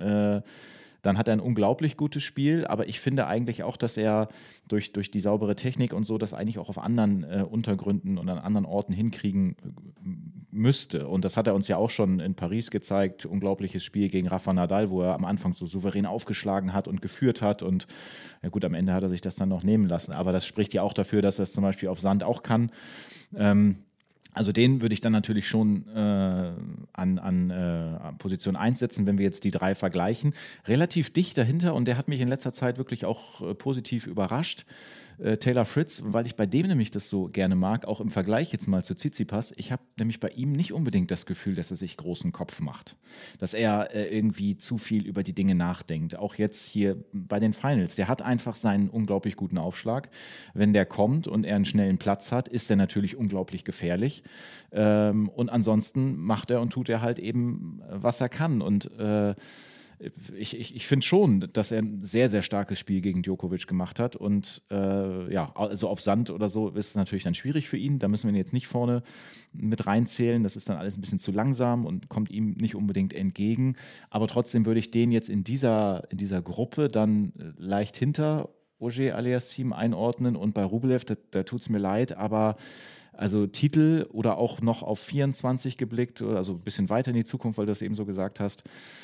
hat er ein unglaublich gutes Spiel, aber ich finde eigentlich auch, dass er durch die saubere Technik und so das eigentlich auch auf anderen Untergründen und an anderen Orten hinkriegen müsste. Und das hat er uns ja auch schon in Paris gezeigt, unglaubliches Spiel gegen Rafa Nadal, wo er am Anfang so souverän aufgeschlagen hat und geführt hat und ja gut, am Ende hat er sich das dann noch nehmen lassen, aber das spricht ja auch dafür, dass er es zum Beispiel auf Sand auch kann. Also den würde ich dann natürlich schon an Position 1 setzen, wenn wir jetzt die 3 vergleichen. Relativ dicht dahinter und der hat mich in letzter Zeit wirklich auch positiv überrascht. Taylor Fritz, weil ich bei dem nämlich das so gerne mag, auch im Vergleich jetzt mal zu Tsitsipas. Ich habe nämlich bei ihm nicht unbedingt das Gefühl, dass er sich großen Kopf macht. Dass er irgendwie zu viel über die Dinge nachdenkt. Auch jetzt hier bei den Finals. Der hat einfach seinen unglaublich guten Aufschlag. Wenn der kommt und er einen schnellen Platz hat, ist er natürlich unglaublich gefährlich. Und ansonsten macht er und tut er halt eben, was er kann. Und ich finde schon, dass er ein sehr, sehr starkes Spiel gegen Djokovic gemacht hat und also auf Sand oder so ist es natürlich dann schwierig für ihn, da müssen wir ihn jetzt nicht vorne mit reinzählen, das ist dann alles ein bisschen zu langsam und kommt ihm nicht unbedingt entgegen, aber trotzdem würde ich den jetzt in dieser Gruppe dann leicht hinter Auger Aliassime einordnen und bei Rublev, da tut es mir leid, aber also Titel oder auch noch auf 24 geblickt, also ein bisschen weiter in die Zukunft, weil du das eben so gesagt hast,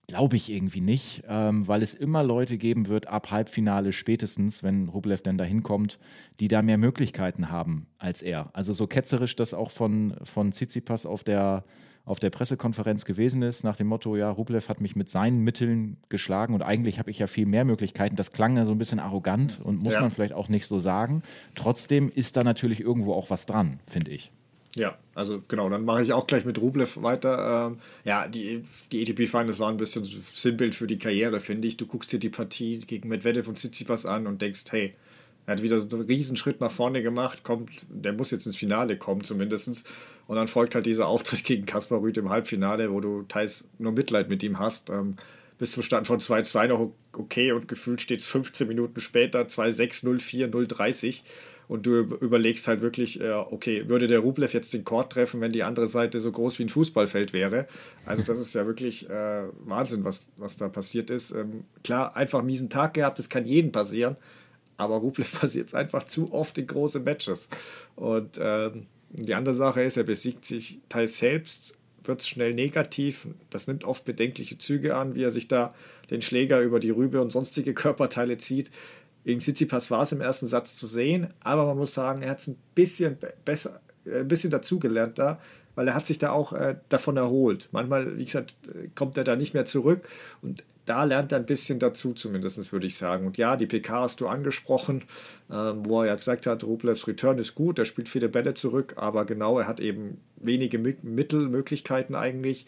glaube ich irgendwie nicht, weil es immer Leute geben wird, ab Halbfinale spätestens, wenn Rublev dann dahin kommt, die da mehr Möglichkeiten haben als er. Also so ketzerisch das auch von Tsitsipas auf der Pressekonferenz gewesen ist, nach dem Motto, ja, Rublev hat mich mit seinen Mitteln geschlagen und eigentlich habe ich ja viel mehr Möglichkeiten. Das klang ja so ein bisschen arrogant und muss man vielleicht auch nicht so sagen. Trotzdem ist da natürlich irgendwo auch was dran, finde ich. Ja, also genau, dann mache ich auch gleich mit Rublev weiter. Die ATP-Finals waren ein bisschen Sinnbild für die Karriere, finde ich. Du guckst dir die Partie gegen Medvedev und Tsitsipas an und denkst, hey, er hat wieder so einen riesen Schritt nach vorne gemacht, der muss jetzt ins Finale kommen zumindest. Und dann folgt halt dieser Auftritt gegen Kaspar Ruud im Halbfinale, wo du teils nur Mitleid mit ihm hast. Bis zum Stand von 2-2 noch okay und gefühlt steht es 15 Minuten später 2-6, 0-4, 0-30. Und du überlegst halt wirklich, okay, würde der Rublev jetzt den Court treffen, wenn die andere Seite so groß wie ein Fußballfeld wäre? Also das ist ja wirklich Wahnsinn, was da passiert ist. Klar, einfach miesen Tag gehabt, das kann jedem passieren, aber Rublev passiert es einfach zu oft in große Matches. Und die andere Sache ist, er besiegt sich teils selbst, wird es schnell negativ. Das nimmt oft bedenkliche Züge an, wie er sich da den Schläger über die Rübe und sonstige Körperteile zieht. Gegen Tsitsipas war es im ersten Satz zu sehen, aber man muss sagen, er hat es ein bisschen dazugelernt da, weil er hat sich da auch davon erholt. Manchmal, wie gesagt, kommt er da nicht mehr zurück und da lernt er ein bisschen dazu zumindest, würde ich sagen. Und ja, die PK hast du angesprochen, wo er ja gesagt hat, Rublevs Return ist gut, er spielt viele Bälle zurück, aber genau, er hat eben wenige Möglichkeiten eigentlich.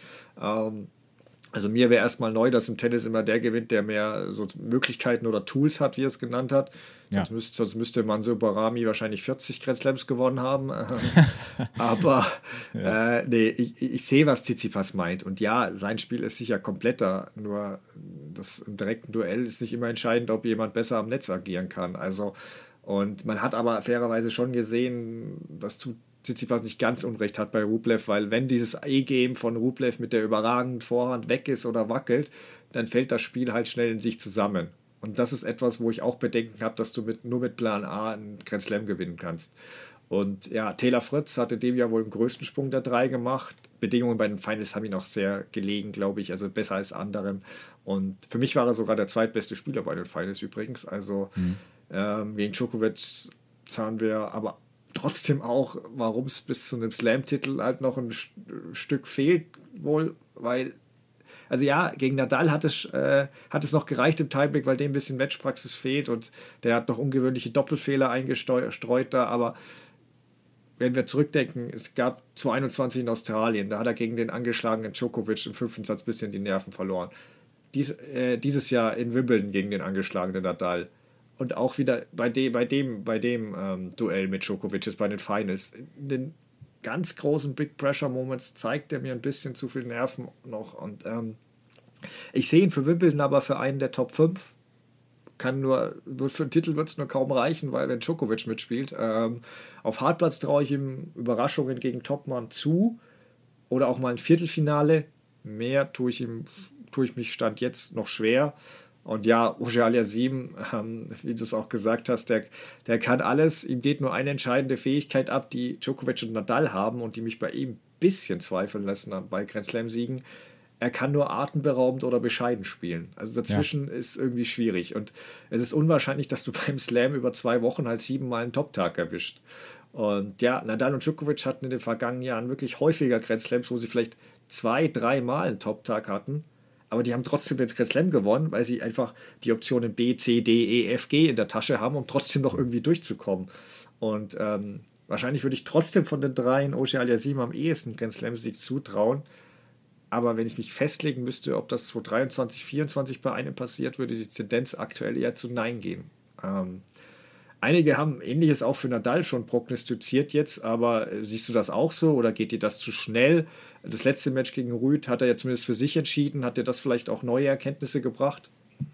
Also mir wäre erstmal neu, dass im Tennis immer der gewinnt, der mehr so Möglichkeiten oder Tools hat, wie er es genannt hat. Ja. Sonst müsste Mansour Barami wahrscheinlich 40 Grand Slams gewonnen haben. Aber ja. Ich sehe, was Tsitsipas meint. Und ja, sein Spiel ist sicher kompletter. Nur das im direkten Duell ist nicht immer entscheidend, ob jemand besser am Netz agieren kann. Also, und man hat aber fairerweise schon gesehen, dass Tsitsipas nicht ganz Unrecht hat bei Rublev, weil wenn dieses E-Game von Rublev mit der überragenden Vorhand weg ist oder wackelt, dann fällt das Spiel halt schnell in sich zusammen. Und das ist etwas, wo ich auch Bedenken habe, dass du nur mit Plan A einen Grand Slam gewinnen kannst. Und ja, Taylor Fritz hatte dem ja wohl den größten Sprung der 3 gemacht. Bedingungen bei den Finals haben ihn auch sehr gelegen, glaube ich, also besser als anderen. Und für mich war er sogar der zweitbeste Spieler bei den Finals übrigens. Also gegen Djokovic sahen wir aber trotzdem auch, warum es bis zu einem Slam-Titel halt noch ein Stück fehlt, wohl, weil, also ja, gegen Nadal hat es noch gereicht im Tiebreak, weil dem ein bisschen Matchpraxis fehlt und der hat noch ungewöhnliche Doppelfehler eingestreut da, aber wenn wir zurückdenken, es gab 2021 in Australien, da hat er gegen den angeschlagenen Djokovic im 5. Satz ein bisschen die Nerven verloren. Dieses Jahr in Wimbledon gegen den angeschlagenen Nadal. Und auch wieder bei dem Duell mit Djokovic ist bei den Finals. In den ganz großen Big Pressure Moments zeigt er mir ein bisschen zu viel Nerven noch. Und ich sehe ihn für Wimbledon aber für einen der Top 5. Für einen Titel wird es nur kaum reichen, weil wenn Djokovic mitspielt. Auf Hartplatz traue ich ihm Überraschungen gegen Topmann zu. Oder auch mal ein Viertelfinale. Mehr tue ich mich Stand jetzt noch schwer. Und ja, Auger-Aliassime, wie du es auch gesagt hast, der kann alles. Ihm geht nur eine entscheidende Fähigkeit ab, die Djokovic und Nadal haben und die mich bei ihm ein bisschen zweifeln lassen bei Grand Slam-Siegen. Er kann nur atemberaubend oder bescheiden spielen. Also dazwischen ist irgendwie schwierig. Und es ist unwahrscheinlich, dass du beim Slam über 2 Wochen halt 7-mal einen Top-Tag erwischt. Und ja, Nadal und Djokovic hatten in den vergangenen Jahren wirklich häufiger Grand Slams, wo sie vielleicht 2-3 Mal einen Top-Tag hatten. Aber die haben trotzdem den Grand Slam gewonnen, weil sie einfach die Optionen B, C, D, E, F, G in der Tasche haben, um trotzdem noch irgendwie durchzukommen. Und wahrscheinlich würde ich trotzdem von den 3 Auger-Aliassime am ehesten Grand Slam-Sieg zutrauen. Aber wenn ich mich festlegen müsste, ob das 2023, 2024 bei einem passiert, würde die Tendenz aktuell eher zu Nein gehen. Einige haben Ähnliches auch für Nadal schon prognostiziert jetzt, aber siehst du das auch so oder geht dir das zu schnell? Das letzte Match gegen Ruud hat er ja zumindest für sich entschieden. Hat dir das vielleicht auch neue Erkenntnisse gebracht?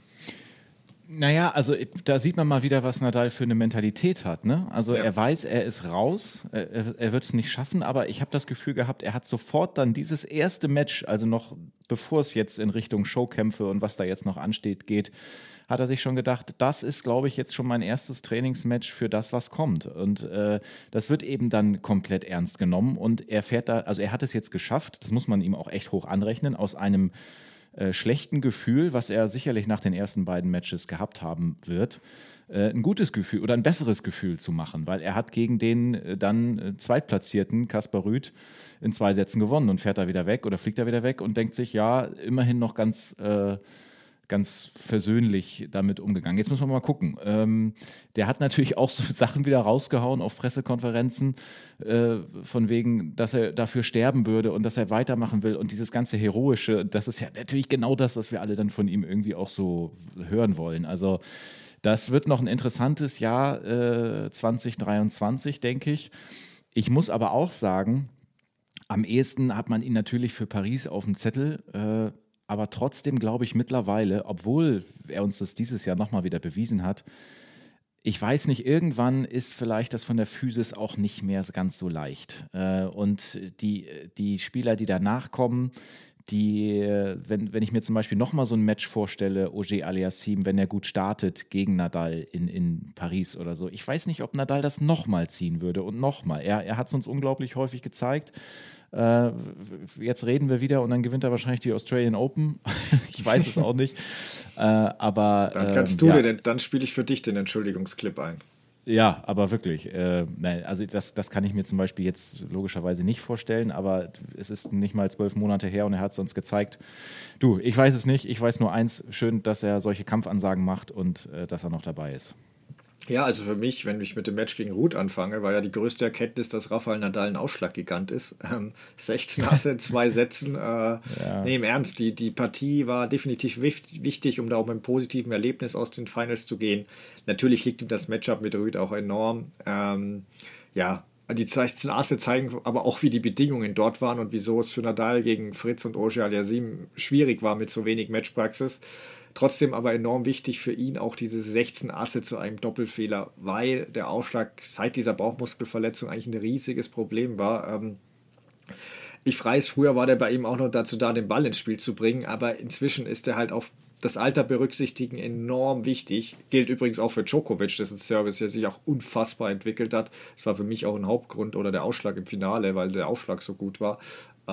Naja, also da sieht man mal wieder, was Nadal für eine Mentalität hat. Ne? Also er weiß, er ist raus, er wird es nicht schaffen, aber ich habe das Gefühl gehabt, er hat sofort dann dieses erste Match, also noch bevor es jetzt in Richtung Showkämpfe und was da jetzt noch ansteht geht, hat er sich schon gedacht, das ist, glaube ich, jetzt schon mein erstes Trainingsmatch für das, was kommt. Und das wird eben dann komplett ernst genommen und er fährt da, also er hat es jetzt geschafft, das muss man ihm auch echt hoch anrechnen, aus einem schlechten Gefühl, was er sicherlich nach den ersten beiden Matches gehabt haben wird, ein gutes Gefühl oder ein besseres Gefühl zu machen, weil er hat gegen den dann Zweitplatzierten Kaspar Rüth in 2 Sätzen gewonnen und fährt da wieder weg oder fliegt da wieder weg und denkt sich, ja, immerhin noch ganz versöhnlich damit umgegangen. Jetzt müssen wir mal gucken. Der hat natürlich auch so Sachen wieder rausgehauen auf Pressekonferenzen, von wegen, dass er dafür sterben würde und dass er weitermachen will und dieses ganze Heroische, das ist ja natürlich genau das, was wir alle dann von ihm irgendwie auch so hören wollen. Also das wird noch ein interessantes Jahr 2023, denke ich. Ich muss aber auch sagen, am ehesten hat man ihn natürlich für Paris auf dem Zettel, aber trotzdem glaube ich mittlerweile, obwohl er uns das dieses Jahr nochmal wieder bewiesen hat, ich weiß nicht, irgendwann ist vielleicht das von der Physis auch nicht mehr ganz so leicht. Und die Spieler, die danach kommen, wenn ich mir zum Beispiel nochmal so ein Match vorstelle, Auger Aliassime, wenn er gut startet gegen Nadal in Paris oder so, ich weiß nicht, ob Nadal das nochmal ziehen würde und nochmal. Er hat es uns unglaublich häufig gezeigt. Jetzt reden wir wieder und dann gewinnt er wahrscheinlich die Australian Open. Ich weiß es auch nicht. Aber dann kannst du dann spiele ich für dich den Entschuldigungsclip ein. Ja, aber wirklich. Nein, also das kann ich mir zum Beispiel jetzt logischerweise nicht vorstellen, aber es ist nicht mal 12 Monate her und er hat es uns gezeigt. Du, ich weiß es nicht. Ich weiß nur eins, schön, dass er solche Kampfansagen macht und dass er noch dabei ist. Ja, also für mich, wenn ich mit dem Match gegen Ruth anfange, war ja die größte Erkenntnis, dass Rafael Nadal ein Ausschlaggigant ist. 16 Asse in 2 Sätzen. Nee, im Ernst, die Partie war definitiv wichtig, um da auch mit einem positiven Erlebnis aus den Finals zu gehen. Natürlich liegt ihm das Matchup mit Ruth auch enorm. Die 16 Asse zeigen aber auch, wie die Bedingungen dort waren und wieso es für Nadal gegen Fritz und Auger Aliassime schwierig war mit so wenig Matchpraxis. Trotzdem aber enorm wichtig für ihn auch diese 16 Asse zu einem Doppelfehler, weil der Ausschlag seit dieser Bauchmuskelverletzung eigentlich ein riesiges Problem war. Ich weiß, früher war der bei ihm auch noch dazu da, den Ball ins Spiel zu bringen, aber inzwischen ist er halt auf das Alter berücksichtigen enorm wichtig. Gilt übrigens auch für Djokovic, dessen Service ja sich auch unfassbar entwickelt hat. Das war für mich auch ein Hauptgrund oder der Ausschlag im Finale, weil der Ausschlag so gut war.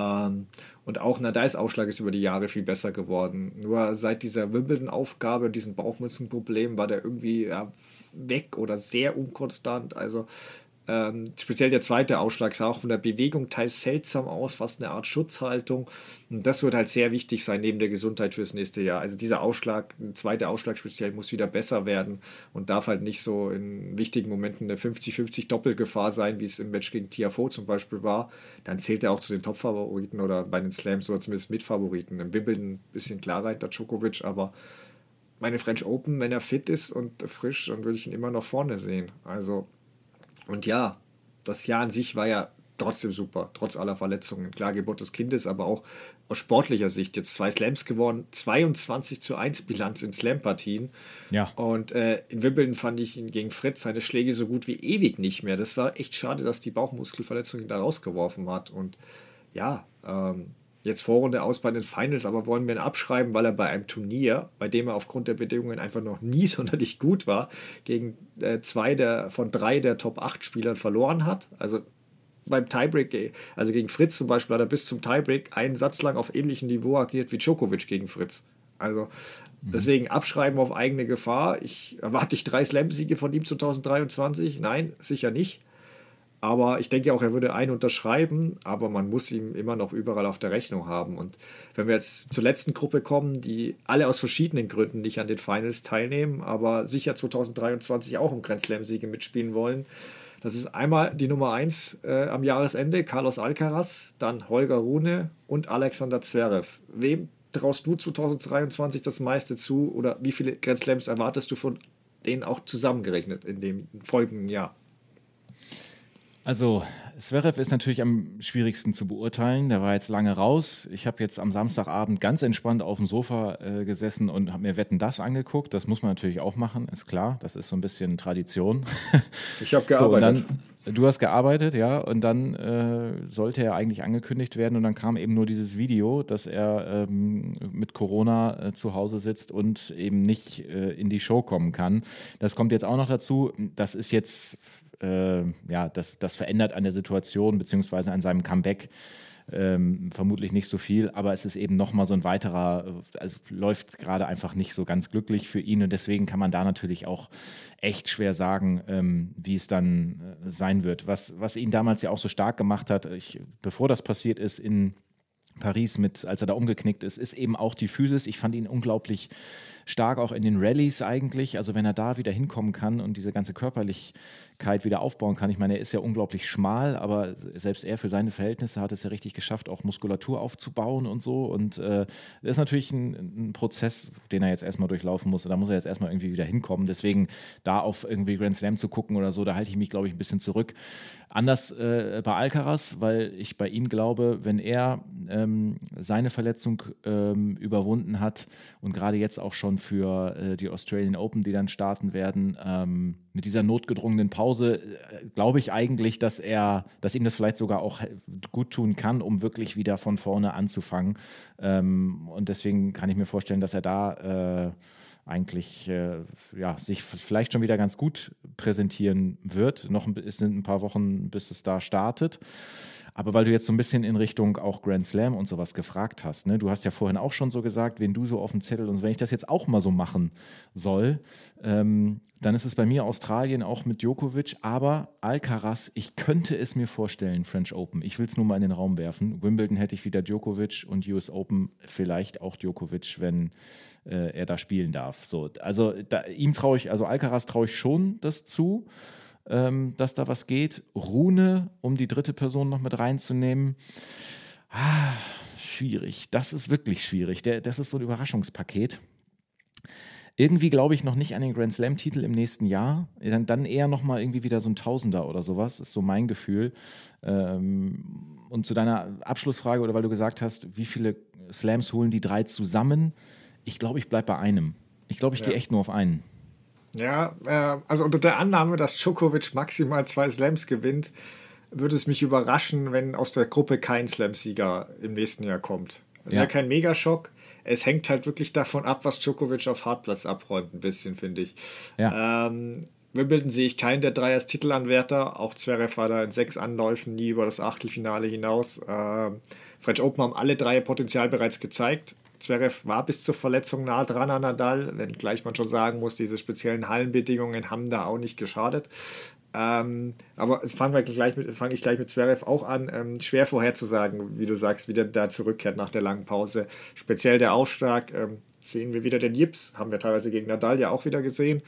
Und auch Nadals Ausschlag ist über die Jahre viel besser geworden. Nur seit dieser Wimbledon-Aufgabe und diesem Bauchmuskelproblem war der irgendwie weg oder sehr unkonstant. Also speziell der zweite Ausschlag sah auch von der Bewegung teils seltsam aus, fast eine Art Schutzhaltung. Und das wird halt sehr wichtig sein neben der Gesundheit fürs nächste Jahr. Also dieser Ausschlag, ein zweiter Ausschlag speziell, muss wieder besser werden und darf halt nicht so in wichtigen Momenten eine 50-50 Doppelgefahr sein, wie es im Match gegen Tiafoe zum Beispiel war. Dann zählt er auch zu den Top-Favoriten oder bei den Slams oder zumindest Mitfavoriten. Im Wimbledon ein bisschen klarer hinter Djokovic, aber meine French Open, wenn er fit ist und frisch, dann würde ich ihn immer noch vorne sehen. Also und ja, das Jahr an sich war ja trotzdem super, trotz aller Verletzungen. Klar, Geburt des Kindes, aber auch aus sportlicher Sicht jetzt 2 Slams gewonnen, 22:1 Bilanz in Slam-Partien. Ja. Und in Wimbledon fand ich ihn gegen Fritz seine Schläge so gut wie ewig nicht mehr. Das war echt schade, dass die Bauchmuskelverletzung ihn da rausgeworfen hat. Und ja, jetzt Vorrunde aus bei den Finals, aber wollen wir ihn abschreiben, weil er bei einem Turnier, bei dem er aufgrund der Bedingungen einfach noch nie sonderlich gut war, gegen 2 von 3 der Top 8 Spielern verloren hat. Also beim Tiebreak, also gegen Fritz zum Beispiel, hat er bis zum Tiebreak einen Satz lang auf ähnlichem Niveau agiert wie Djokovic gegen Fritz. Also deswegen abschreiben auf eigene Gefahr. Erwarte ich 3 Slam-Siege von ihm 2023? Nein, sicher nicht. Aber ich denke auch, er würde einen unterschreiben, aber man muss ihn immer noch überall auf der Rechnung haben. Und wenn wir jetzt zur letzten Gruppe kommen, die alle aus verschiedenen Gründen nicht an den Finals teilnehmen, aber sicher 2023 auch um Grand Slam-Siege mitspielen wollen, das ist einmal die Nummer 1 am Jahresende, Carlos Alcaraz, dann Holger Rune und Alexander Zverev. Wem traust du 2023 das meiste zu oder wie viele Grand Slams erwartest du von denen auch zusammengerechnet in dem folgenden Jahr? Also Zverev ist natürlich am schwierigsten zu beurteilen. Der war jetzt lange raus. Ich habe jetzt am Samstagabend ganz entspannt auf dem Sofa gesessen und habe mir Wetten, das angeguckt. Das muss man natürlich auch machen, ist klar. Das ist so ein bisschen Tradition. Ich habe gearbeitet. So, du hast gearbeitet, ja. Und dann sollte er eigentlich angekündigt werden. Und dann kam eben nur dieses Video, dass er mit Corona zu Hause sitzt und eben nicht in die Show kommen kann. Das kommt jetzt auch noch dazu. Das ist jetzt... das verändert an der Situation beziehungsweise an seinem Comeback vermutlich nicht so viel, aber es ist eben nochmal so ein weiterer, also läuft gerade einfach nicht so ganz glücklich für ihn und deswegen kann man da natürlich auch echt schwer sagen, wie es dann sein wird. Was ihn damals ja auch so stark gemacht hat, bevor das passiert ist in Paris, als er da umgeknickt ist eben auch die Physis. Ich fand ihn unglaublich stark auch in den Rallyes eigentlich, also wenn er da wieder hinkommen kann und diese ganze Körperlichkeit wieder aufbauen kann. Ich meine, er ist ja unglaublich schmal, aber selbst er für seine Verhältnisse hat es ja richtig geschafft, auch Muskulatur aufzubauen und so und das ist natürlich ein Prozess, den er jetzt erstmal durchlaufen muss und da muss er jetzt erstmal irgendwie wieder hinkommen. Deswegen da auf irgendwie Grand Slam zu gucken oder so, da halte ich mich, glaube ich, ein bisschen zurück. Anders bei Alcaraz, weil ich bei ihm glaube, wenn er seine Verletzung überwunden hat und gerade jetzt auch schon für die Australian Open, die dann starten werden, mit dieser notgedrungenen Pause, glaube ich eigentlich, dass ihm das vielleicht sogar auch gut tun kann, um wirklich wieder von vorne anzufangen. Und deswegen kann ich mir vorstellen, dass er da eigentlich sich vielleicht schon wieder ganz gut präsentieren wird. Es sind ein paar Wochen, bis es da startet. Aber weil du jetzt so ein bisschen in Richtung auch Grand Slam und sowas gefragt hast, ne? Du hast ja vorhin auch schon so gesagt, wen du so auf dem Zettel und wenn ich das jetzt auch mal so machen soll, dann ist es bei mir Australien auch mit Djokovic, aber Alcaraz, ich könnte es mir vorstellen, French Open, ich will es nur mal in den Raum werfen. Wimbledon hätte ich wieder Djokovic und US Open vielleicht auch Djokovic, wenn er da spielen darf. So, also Alcaraz traue ich schon das zu, dass da was geht. Rune, um die dritte Person noch mit reinzunehmen, schwierig. Das ist wirklich schwierig. Das ist so ein Überraschungspaket. Irgendwie glaube ich noch nicht an den Grand Slam-Titel im nächsten Jahr. Dann eher nochmal irgendwie wieder so ein Tausender oder sowas, ist so mein Gefühl. Und zu deiner Abschlussfrage, oder weil du gesagt hast, wie viele Slams holen die drei zusammen? Ich glaube, ich bleibe bei einem. Ich glaube, ich gehe echt nur auf einen. Ja, also unter der Annahme, dass Djokovic maximal 2 Slams gewinnt, würde es mich überraschen, wenn aus der Gruppe kein Slam-Sieger im nächsten Jahr kommt. Das wäre kein Megaschock. Es hängt halt wirklich davon ab, was Djokovic auf Hartplatz abräumt, ein bisschen, finde ich. Ja. Wimbledon sehe ich keinen der 3 als Titelanwärter. Auch Zverev war da in 6 Anläufen nie über das Achtelfinale hinaus. French Open haben alle 3 Potenzial bereits gezeigt. Zverev war bis zur Verletzung nah dran an Nadal, wenngleich man schon sagen muss, diese speziellen Hallenbedingungen haben da auch nicht geschadet. Aber fange ich gleich mit Zverev auch an. Schwer vorherzusagen, wie du sagst, wie der da zurückkehrt nach der langen Pause. Speziell der Aufschlag, sehen wir wieder den Jips, haben wir teilweise gegen Nadal ja auch wieder gesehen.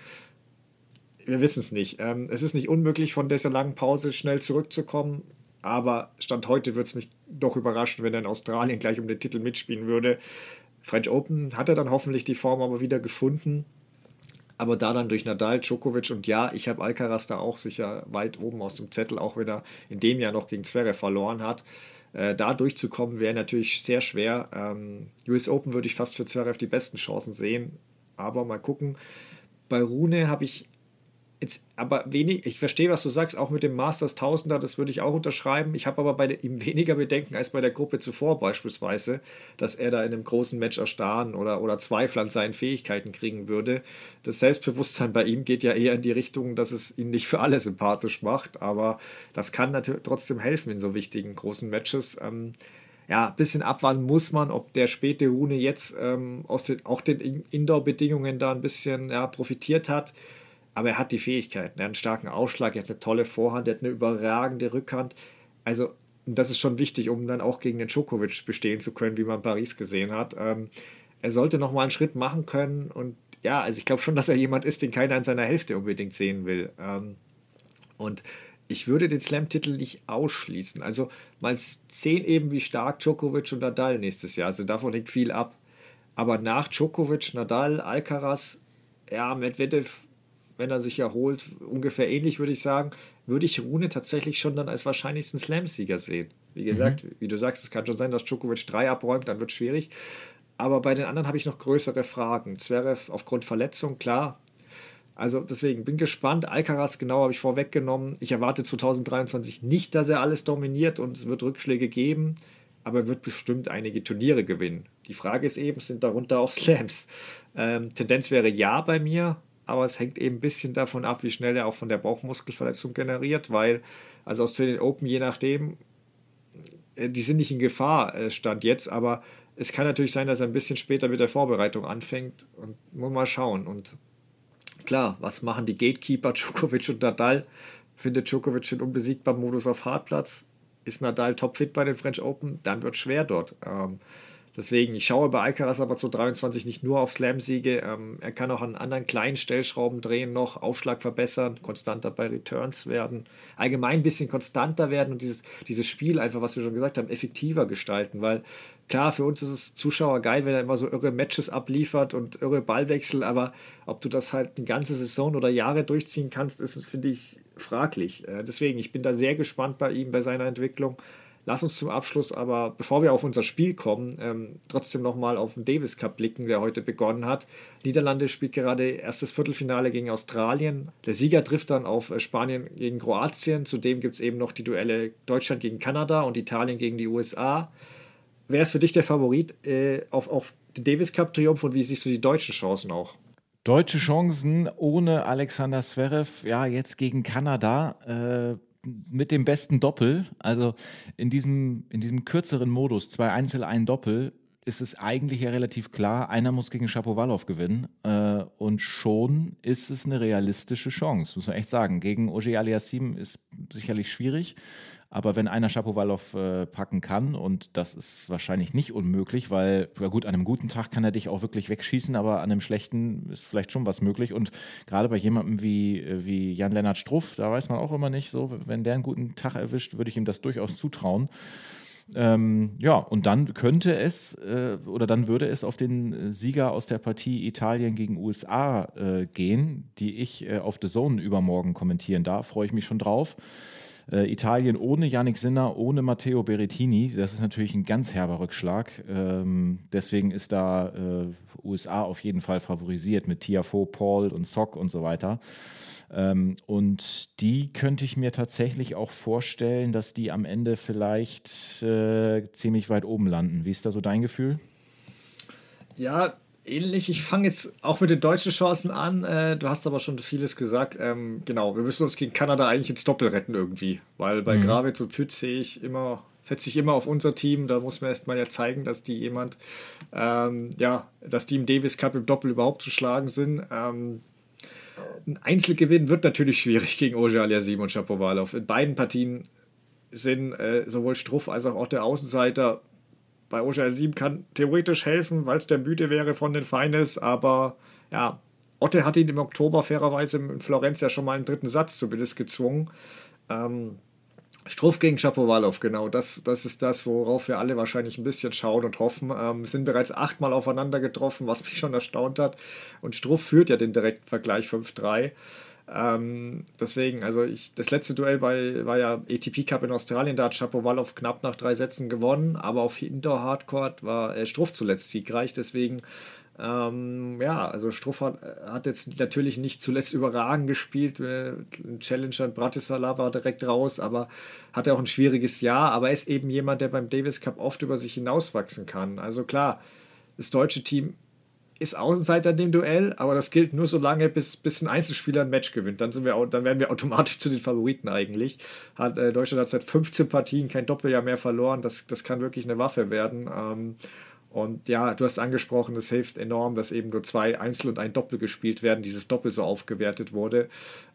Wir wissen es nicht. Es ist nicht unmöglich, von dieser langen Pause schnell zurückzukommen. Aber Stand heute würde es mich doch überraschen, wenn er in Australien gleich um den Titel mitspielen würde. French Open hat er dann hoffentlich die Form aber wieder gefunden. Aber da dann durch Nadal, Djokovic und ja, ich habe Alcaraz da auch sicher weit oben aus dem Zettel, auch wenn er in dem Jahr noch gegen Zverev verloren hat. Da durchzukommen wäre natürlich sehr schwer. US Open würde ich fast für Zverev die besten Chancen sehen. Aber mal gucken. Bei Rune habe ich jetzt aber wenig, ich verstehe, was du sagst, auch mit dem Masters Tausender, das würde ich auch unterschreiben. Ich habe aber bei ihm weniger Bedenken als bei der Gruppe zuvor beispielsweise, dass er da in einem großen Match erstarren oder Zweifel an seinen Fähigkeiten kriegen würde. Das Selbstbewusstsein bei ihm geht ja eher in die Richtung, dass es ihn nicht für alle sympathisch macht, aber das kann natürlich trotzdem helfen in so wichtigen großen Matches. Ein bisschen abwarten muss man, ob der späte Rune jetzt aus den Indoor-Bedingungen da ein bisschen profitiert hat. Aber er hat die Fähigkeiten, er hat einen starken Ausschlag, er hat eine tolle Vorhand, er hat eine überragende Rückhand. Also das ist schon wichtig, um dann auch gegen den Djokovic bestehen zu können, wie man in Paris gesehen hat. Er sollte nochmal einen Schritt machen können und ja, also ich glaube schon, dass er jemand ist, den keiner in seiner Hälfte unbedingt sehen will. Und ich würde den Slam-Titel nicht ausschließen. Also mal sehen eben, wie stark Djokovic und Nadal nächstes Jahr sind. Davon hängt viel ab. Aber nach Djokovic, Nadal, Alcaraz, Medvedev, wenn er sich erholt, ungefähr ähnlich, würde ich sagen, würde ich Rune tatsächlich schon dann als wahrscheinlichsten Slam-Sieger sehen. Wie gesagt, wie du sagst, es kann schon sein, dass Djokovic 3 abräumt, dann wird es schwierig. Aber bei den anderen habe ich noch größere Fragen. Zverev aufgrund Verletzung, klar. Also deswegen bin gespannt. Alcaraz, genau, habe ich vorweggenommen. Ich erwarte 2023 nicht, dass er alles dominiert und es wird Rückschläge geben, aber er wird bestimmt einige Turniere gewinnen. Die Frage ist eben, sind darunter auch Slams? Tendenz wäre ja bei mir, aber es hängt eben ein bisschen davon ab, wie schnell er auch von der Bauchmuskelverletzung generiert, weil, also Australian Open, je nachdem, die sind nicht in Gefahr, Stand jetzt, aber es kann natürlich sein, dass er ein bisschen später mit der Vorbereitung anfängt und muss mal schauen. Und klar, was machen die Gatekeeper Djokovic und Nadal? Findet Djokovic den unbesiegbaren Modus auf Hartplatz? Ist Nadal topfit bei den French Open? Dann wird es schwer dort. Deswegen, ich schaue bei Alcaraz aber zu 23 nicht nur auf Slam-Siege. Er kann auch an anderen kleinen Stellschrauben drehen noch, Aufschlag verbessern, konstanter bei Returns werden, allgemein ein bisschen konstanter werden und dieses Spiel einfach, was wir schon gesagt haben, effektiver gestalten, weil klar, für uns ist es Zuschauer geil, wenn er immer so irre Matches abliefert und irre Ballwechsel, aber ob du das halt eine ganze Saison oder Jahre durchziehen kannst, ist, finde ich, fraglich. Deswegen, ich bin da sehr gespannt bei ihm, bei seiner Entwicklung. Lass uns zum Abschluss aber, bevor wir auf unser Spiel kommen, trotzdem nochmal auf den Davis Cup blicken, der heute begonnen hat. Niederlande spielt gerade erstes Viertelfinale gegen Australien. Der Sieger trifft dann auf Spanien gegen Kroatien. Zudem gibt es eben noch die Duelle Deutschland gegen Kanada und Italien gegen die USA. Wer ist für dich der Favorit auf den Davis Cup Triumph und wie siehst du die deutschen Chancen auch? Deutsche Chancen ohne Alexander Zverev, ja, jetzt gegen Kanada, mit dem besten Doppel, also in diesem kürzeren Modus, 2 Einzel, 1 Doppel, ist es eigentlich ja relativ klar, einer muss gegen Shapovalov gewinnen und schon ist es eine realistische Chance, muss man echt sagen. Gegen Auger-Aliassime ist sicherlich schwierig, aber wenn einer Shapovalov packen kann, und das ist wahrscheinlich nicht unmöglich, weil, ja gut, an einem guten Tag kann er dich auch wirklich wegschießen, aber an einem schlechten ist vielleicht schon was möglich. Und gerade bei jemandem wie Jan-Lennart Struff, da weiß man auch immer nicht so, wenn der einen guten Tag erwischt, würde ich ihm das durchaus zutrauen. Ja, und dann könnte es oder dann würde es auf den Sieger aus der Partie Italien gegen USA gehen, die ich auf The Zone übermorgen kommentieren darf. Freue ich mich schon drauf. Italien ohne Yannick Sinner, ohne Matteo Berrettini, das ist natürlich ein ganz herber Rückschlag. Deswegen ist da USA auf jeden Fall favorisiert mit Tiafoe, Paul und Sock und so weiter. Und die könnte ich mir tatsächlich auch vorstellen, dass die am Ende vielleicht ziemlich weit oben landen. Wie ist da so dein Gefühl? Ja, ähnlich. Ich fange jetzt auch mit den deutschen Chancen an. Du hast aber schon vieles gesagt. Genau, wir müssen uns gegen Kanada eigentlich ins Doppel retten irgendwie. Weil bei Gravitz und Pütz setze ich immer auf unser Team. Da muss man erstmal ja zeigen, dass die dass die im Davis Cup im Doppel überhaupt zu schlagen sind. Ein Einzelgewinn wird natürlich schwierig gegen Auger-Aliassime und Shapovalov. In beiden Partien sind sowohl Struff als auch der Außenseiter. Bei Auger-Aliassime kann theoretisch helfen, weil es der müde wäre von den Finals, aber ja, Otte hat ihn im Oktober fairerweise in Florenz ja schon mal einen dritten Satz zumindest gezwungen. Struff gegen Shapovalov, genau, das ist das, worauf wir alle wahrscheinlich ein bisschen schauen und hoffen. Sind bereits 8-mal aufeinander getroffen, was mich schon erstaunt hat. Und Struff führt ja den direkten Vergleich 5-3. Deswegen, also das letzte Duell war ja ATP Cup in Australien, da hat Shapovalov knapp nach 3 Sätzen gewonnen, aber auf Indoor Hardcourt war Struff zuletzt siegreich, deswegen also Struff hat jetzt natürlich nicht zuletzt überragend gespielt, ein Challenger in Bratislava war direkt raus, aber hatte auch ein schwieriges Jahr, aber er ist eben jemand, der beim Davis Cup oft über sich hinauswachsen kann. Also klar, das deutsche Team ist Außenseiter in dem Duell, aber das gilt nur so lange, bis ein Einzelspieler ein Match gewinnt. Dann werden wir automatisch zu den Favoriten eigentlich. Deutschland hat seit 15 Partien kein Doppeljahr mehr verloren. Das kann wirklich eine Waffe werden. Und ja, du hast angesprochen, es hilft enorm, dass eben nur 2 Einzel und ein Doppel gespielt werden, dieses Doppel so aufgewertet wurde.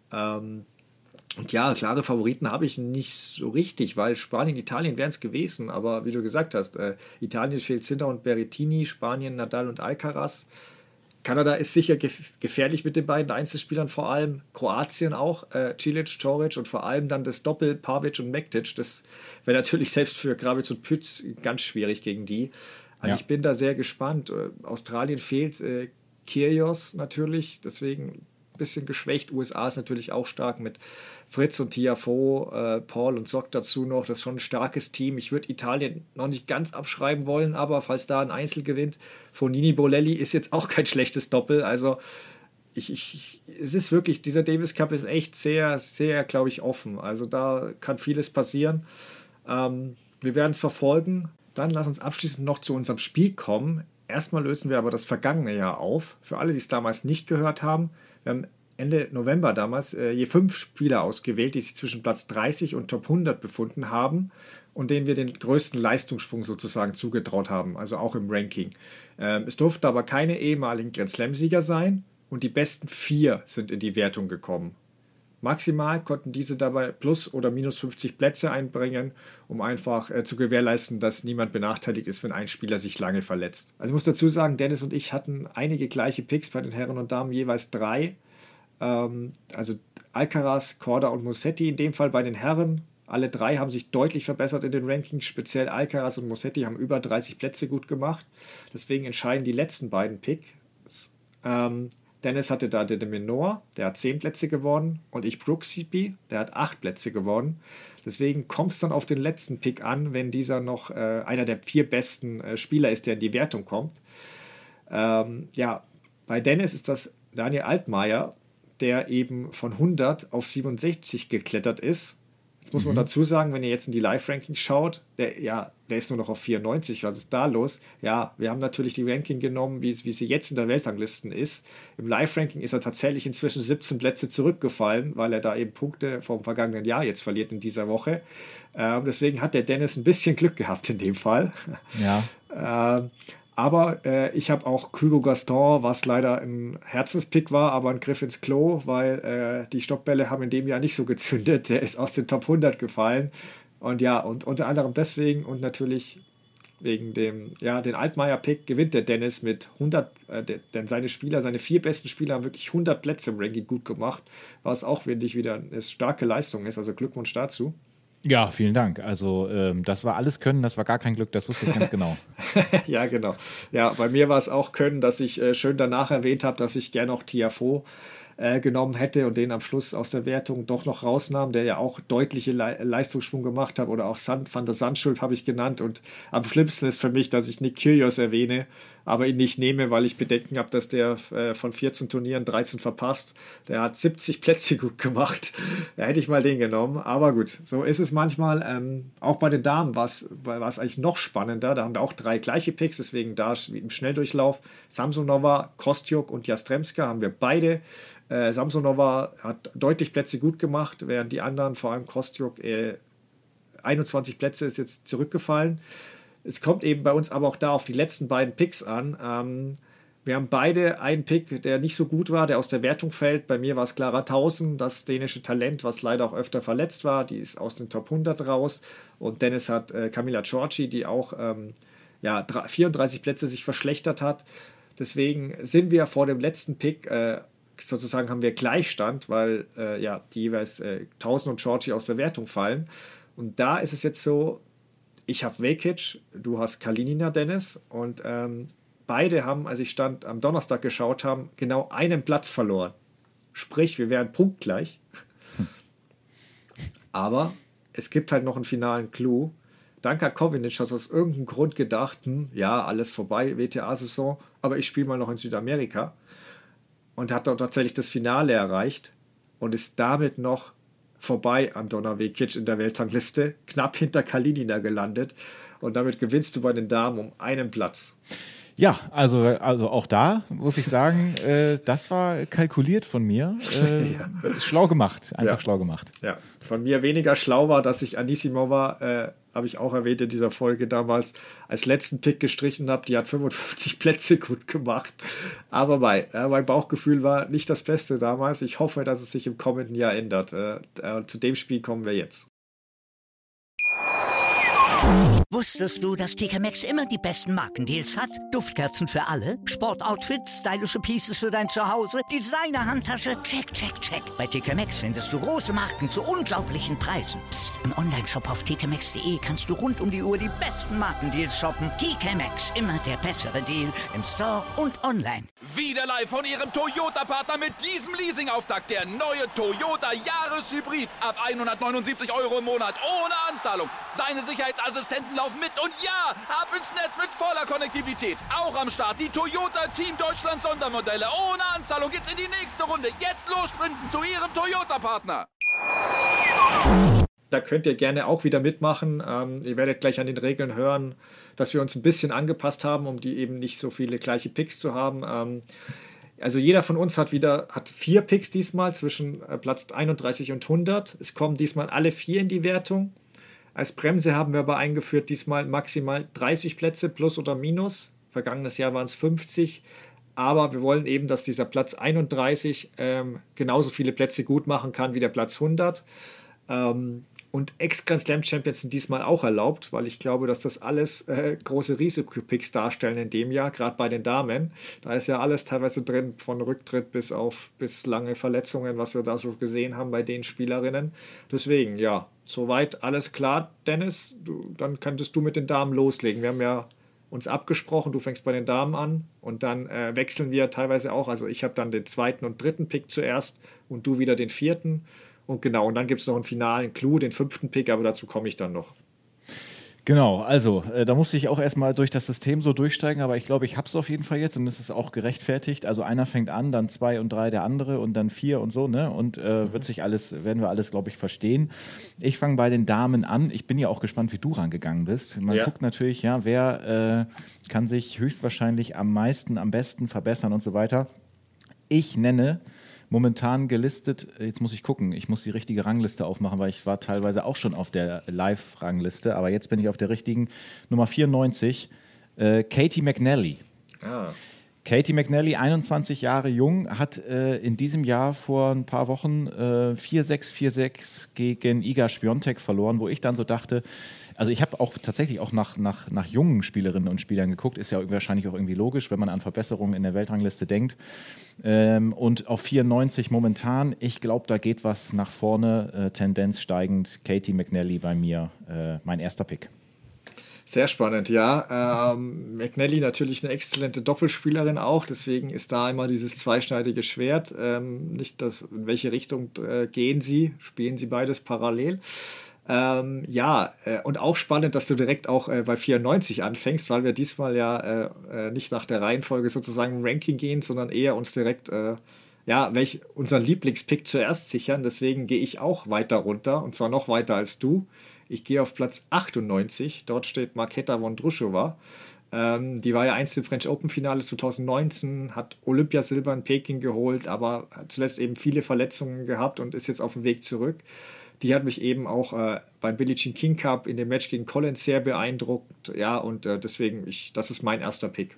Und ja, klare Favoriten habe ich nicht so richtig, weil Spanien, Italien wären es gewesen, aber wie du gesagt hast, Italien fehlt Sinner und Berrettini, Spanien, Nadal und Alcaraz. Kanada ist sicher gefährlich mit den beiden Einzelspielern vor allem, Kroatien auch, Cilic, Coric und vor allem dann das Doppel Pavic und Mektic, das wäre natürlich selbst für Gravitz und Pütz ganz schwierig gegen die. Also Ich bin da sehr gespannt. Australien fehlt Kyrgios natürlich, deswegen ein bisschen geschwächt. USA ist natürlich auch stark mit Fritz und Tiafoe, Paul und Sock dazu noch. Das ist schon ein starkes Team. Ich würde Italien noch nicht ganz abschreiben wollen, aber falls da ein Einzel gewinnt, Fognini Bolelli ist jetzt auch kein schlechtes Doppel. Also es ist wirklich, dieser Davis Cup ist echt sehr, sehr, glaube ich, offen. Also da kann vieles passieren. Wir werden es verfolgen. Dann lass uns abschließend noch zu unserem Spiel kommen. Erstmal lösen wir aber das vergangene Jahr auf. Für alle, die es damals nicht gehört haben, wir haben Ende November damals je 5 Spieler ausgewählt, die sich zwischen Platz 30 und Top 100 befunden haben und denen wir den größten Leistungssprung sozusagen zugetraut haben, also auch im Ranking. Es durften aber keine ehemaligen Grand Slam-Sieger sein und die besten 4 sind in die Wertung gekommen. Maximal konnten diese dabei plus oder minus 50 Plätze einbringen, um einfach zu gewährleisten, dass niemand benachteiligt ist, wenn ein Spieler sich lange verletzt. Also ich muss dazu sagen, Dennis und ich hatten einige gleiche Picks bei den Herren und Damen, jeweils 3. Also Alcaraz, Korda und Musetti in dem Fall bei den Herren. Alle 3 haben sich deutlich verbessert in den Rankings. Speziell Alcaraz und Musetti haben über 30 Plätze gut gemacht. Deswegen entscheiden die letzten beiden Picks. Dennis hatte da de Minaur, der hat 10 Plätze gewonnen. Und ich Brooksby, der hat 8 Plätze gewonnen. Deswegen kommt es dann auf den letzten Pick an, wenn dieser noch einer der 4 besten Spieler ist, der in die Wertung kommt. Bei Dennis ist das Daniel Altmaier, der eben von 100 auf 67 geklettert ist. Jetzt muss man dazu sagen, wenn ihr jetzt in die Live-Rankings schaut, der ist nur noch auf 94. Was ist da los? Ja, wir haben natürlich die Ranking genommen, wie sie jetzt in der Weltranglisten ist. Im Live-Ranking ist er tatsächlich inzwischen 17 Plätze zurückgefallen, weil er da eben Punkte vom vergangenen Jahr jetzt verliert in dieser Woche. Deswegen hat der Dennis ein bisschen Glück gehabt in dem Fall. Ja. Aber ich habe auch Hugo Gaston, was leider ein Herzenspick war, aber ein Griff ins Klo, weil die Stoppbälle haben in dem Jahr nicht so gezündet. Der ist aus den Top 100 gefallen. Und unter anderem deswegen und natürlich wegen den Altmaier-Pick gewinnt der Dennis mit 100, denn seine 4 besten Spieler haben wirklich 100 Plätze im Ranking gut gemacht, was auch, finde ich, wieder eine starke Leistung ist. Also Glückwunsch dazu. Ja, vielen Dank. Also das war alles Können, das war gar kein Glück, das wusste ich ganz genau. Ja, genau. Ja, bei mir war es auch Können, dass ich schön danach erwähnt habe, dass ich gerne auch Tiafoe genommen hätte und den am Schluss aus der Wertung doch noch rausnahm, der ja auch deutliche Leistungssprung gemacht hat, oder auch Van der Zandschulp habe ich genannt, und am schlimmsten ist für mich, dass ich Nick Kyrgios erwähne, aber ihn nicht nehme, weil ich Bedenken habe, dass der von 14 Turnieren 13 verpasst. Der hat 70 Plätze gut gemacht. Da hätte ich mal den genommen, aber gut, so ist es manchmal. Auch bei den Damen war es eigentlich noch spannender, da haben wir auch 3 gleiche Picks, deswegen da im Schnelldurchlauf Samsonova, Kostyuk und Jastremska haben wir beide. Samsonova hat deutlich Plätze gut gemacht, während die anderen, vor allem Kostyuk, 21 Plätze ist jetzt zurückgefallen. Es kommt eben bei uns aber auch da auf die letzten beiden Picks an. Wir haben beide einen Pick, der nicht so gut war, der aus der Wertung fällt. Bei mir war es Clara Tauson, das dänische Talent, was leider auch öfter verletzt war. Die ist aus den Top 100 raus. Und Dennis hat Camila Giorgi, die auch 34 Plätze sich verschlechtert hat. Deswegen sind wir vor dem letzten Pick, sozusagen haben wir Gleichstand, weil die jeweils Tauson und Giorgi aus der Wertung fallen. Und da ist es jetzt so, ich habe Vekic, du hast Kalinina, Dennis, und beide haben, als ich am Donnerstag geschaut haben, genau einen Platz verloren. Sprich, wir wären punktgleich. Aber es gibt halt noch einen finalen Clou. Danka Kovinic hat aus irgendeinem Grund gedacht, alles vorbei, WTA-Saison, aber ich spiele mal noch in Südamerika. Und hat dort tatsächlich das Finale erreicht und ist damit noch vorbei an Donna Vekic in der Weltrangliste, knapp hinter Kalinina gelandet. Und damit gewinnst du bei den Damen um einen Platz. Ja, also auch da muss ich sagen, das war kalkuliert von mir. Schlau gemacht, einfach schlau gemacht. Ja, von mir weniger schlau war, dass ich Anisimova, habe ich auch erwähnt in dieser Folge damals, als letzten Pick gestrichen habe. Die hat 55 Plätze gut gemacht. Aber mein Bauchgefühl war nicht das Beste damals. Ich hoffe, dass es sich im kommenden Jahr ändert. Zu dem Spiel kommen wir jetzt. Wusstest du, dass TK Maxx immer die besten Markendeals hat? Duftkerzen für alle, Sportoutfits, stylische Pieces für dein Zuhause, Designer-Handtasche, check, check, check. Bei TK Maxx findest du große Marken zu unglaublichen Preisen. Psst. Im Onlineshop auf tkmaxx.de kannst du rund um die Uhr die besten Markendeals shoppen. TK Maxx, immer der bessere Deal im Store und online. Wieder live von ihrem Toyota-Partner mit diesem Leasing-Auftakt. Der neue Toyota Jahreshybrid. Ab 179 € im Monat, ohne Anzahlung. Seine Sicherheitsassistenten laufen mit und ja, ab ins Netz mit voller Konnektivität. Auch am Start die Toyota Team Deutschland Sondermodelle. Ohne Anzahlung geht's in die nächste Runde. Jetzt los sprinten zu Ihrem Toyota-Partner. Da könnt ihr gerne auch wieder mitmachen. Ihr werdet gleich an den Regeln hören, dass wir uns ein bisschen angepasst haben, um die eben nicht so viele gleiche Picks zu haben. Also jeder von uns hat 4 Picks diesmal zwischen Platz 31 und 100. Es kommen diesmal alle 4 in die Wertung. Als Bremse haben wir aber eingeführt, diesmal maximal 30 Plätze plus oder minus. Vergangenes Jahr waren es 50. Aber wir wollen eben, dass dieser Platz 31 genauso viele Plätze gut machen kann wie der Platz 100. Und Ex-Grand Slam Champions sind diesmal auch erlaubt, weil ich glaube, dass das alles große Risikopicks darstellen in dem Jahr, gerade bei den Damen. Da ist ja alles teilweise drin, von Rücktritt bis lange Verletzungen, was wir da so gesehen haben bei den Spielerinnen. Deswegen, ja, soweit alles klar, Dennis. Dann könntest du mit den Damen loslegen. Wir haben ja uns abgesprochen, du fängst bei den Damen an und dann wechseln wir teilweise auch. Also ich habe dann den 2. und 3. Pick zuerst und du wieder den 4. Und genau, und dann gibt es noch einen finalen Clou, den 5. Pick, aber dazu komme ich dann noch. Genau, also da musste ich auch erstmal durch das System so durchsteigen, aber ich glaube, ich habe es auf jeden Fall jetzt und es ist auch gerechtfertigt. Also einer fängt an, dann 2 und 3 der andere und dann 4 und so, ne? Und werden wir alles, glaube ich, verstehen. Ich fange bei den Damen an. Ich bin ja auch gespannt, wie du rangegangen bist. Man guckt natürlich, ja, wer kann sich höchstwahrscheinlich am meisten, am besten verbessern und so weiter. Ich nenne momentan gelistet, jetzt muss ich gucken, ich muss die richtige Rangliste aufmachen, weil ich war teilweise auch schon auf der Live-Rangliste, aber jetzt bin ich auf der richtigen Nummer 94, Caty McNally. Caty McNally, 21 Jahre jung, hat in diesem Jahr vor ein paar Wochen 4-6, 4-6 gegen Iga Świątek verloren, wo ich dann so dachte, also ich habe auch tatsächlich auch nach jungen Spielerinnen und Spielern geguckt, ist ja wahrscheinlich auch irgendwie logisch, wenn man an Verbesserungen in der Weltrangliste denkt. Und auf 94 momentan, ich glaube, da geht was nach vorne, Tendenz steigend. Caty McNally bei mir, mein erster Pick. Sehr spannend, ja. McNally natürlich eine exzellente Doppelspielerin auch, deswegen ist da immer dieses zweischneidige Schwert. Nicht, in welche Richtung spielen sie beides parallel. Und auch spannend, dass du direkt auch bei 94 anfängst, weil wir diesmal ja nicht nach der Reihenfolge sozusagen im Ranking gehen, sondern eher uns direkt unseren Lieblingspick zuerst sichern. Deswegen gehe ich auch weiter runter und zwar noch weiter als du. Ich gehe auf Platz 98, dort steht Markéta Vondroušová. Die war ja einst im French Open Finale 2019, hat Olympiasilber in Peking geholt, aber hat zuletzt eben viele Verletzungen gehabt und ist jetzt auf dem Weg zurück. Die hat mich eben auch beim Billie Jean King Cup in dem Match gegen Collins sehr beeindruckt. Ja, und deswegen, das ist mein erster Pick.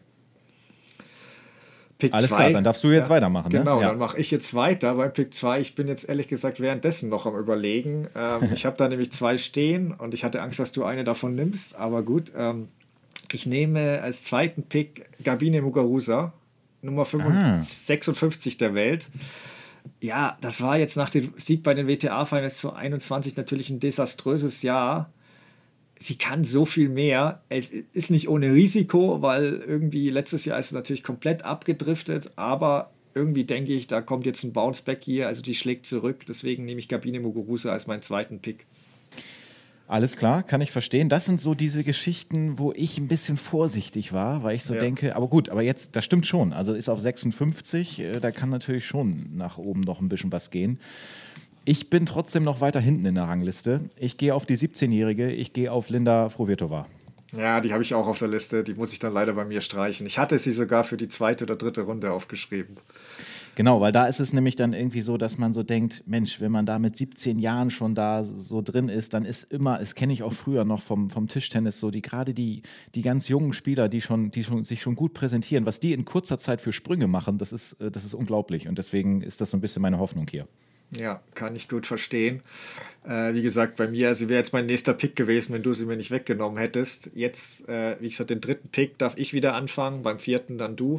Pick Alles 2, klar, dann darfst du jetzt weitermachen. Genau, ne? Ja. Dann mache ich jetzt weiter beim Pick 2. Ich bin jetzt ehrlich gesagt währenddessen noch am Überlegen. Ich habe da nämlich 2 stehen und ich hatte Angst, dass du eine davon nimmst. Aber gut, ich nehme als zweiten Pick Gabine Muguruza, Nummer 56 der Welt. Ja, das war jetzt nach dem Sieg bei den WTA-Finals 2021 natürlich ein desaströses Jahr. Sie kann so viel mehr. Es ist nicht ohne Risiko, weil irgendwie letztes Jahr ist es natürlich komplett abgedriftet, aber irgendwie denke ich, da kommt jetzt ein Bounce-Back hier, also die schlägt zurück. Deswegen nehme ich Gabine Muguruza als meinen zweiten Pick. Alles klar, kann ich verstehen. Das sind so diese Geschichten, wo ich ein bisschen vorsichtig war, weil ich so denke, aber gut, aber jetzt, das stimmt schon. Also ist auf 56, da kann natürlich schon nach oben noch ein bisschen was gehen. Ich bin trotzdem noch weiter hinten in der Rangliste. Ich gehe auf die 17-Jährige, ich gehe auf Linda Fruhvirtova. Ja, die habe ich auch auf der Liste, die muss ich dann leider bei mir streichen. Ich hatte sie sogar für die 2. oder 3. Runde aufgeschrieben. Genau, weil da ist es nämlich dann irgendwie so, dass man so denkt, Mensch, wenn man da mit 17 Jahren schon da so drin ist, dann ist immer, das kenne ich auch früher noch vom Tischtennis, so gerade die ganz jungen Spieler, die sich schon gut präsentieren, was die in kurzer Zeit für Sprünge machen, das ist unglaublich und deswegen ist das so ein bisschen meine Hoffnung hier. Ja, kann ich gut verstehen. Wie gesagt, bei mir, sie wäre jetzt mein nächster Pick gewesen, wenn du sie mir nicht weggenommen hättest. Jetzt, wie gesagt, den 3. Pick darf ich wieder anfangen, beim 4. dann du.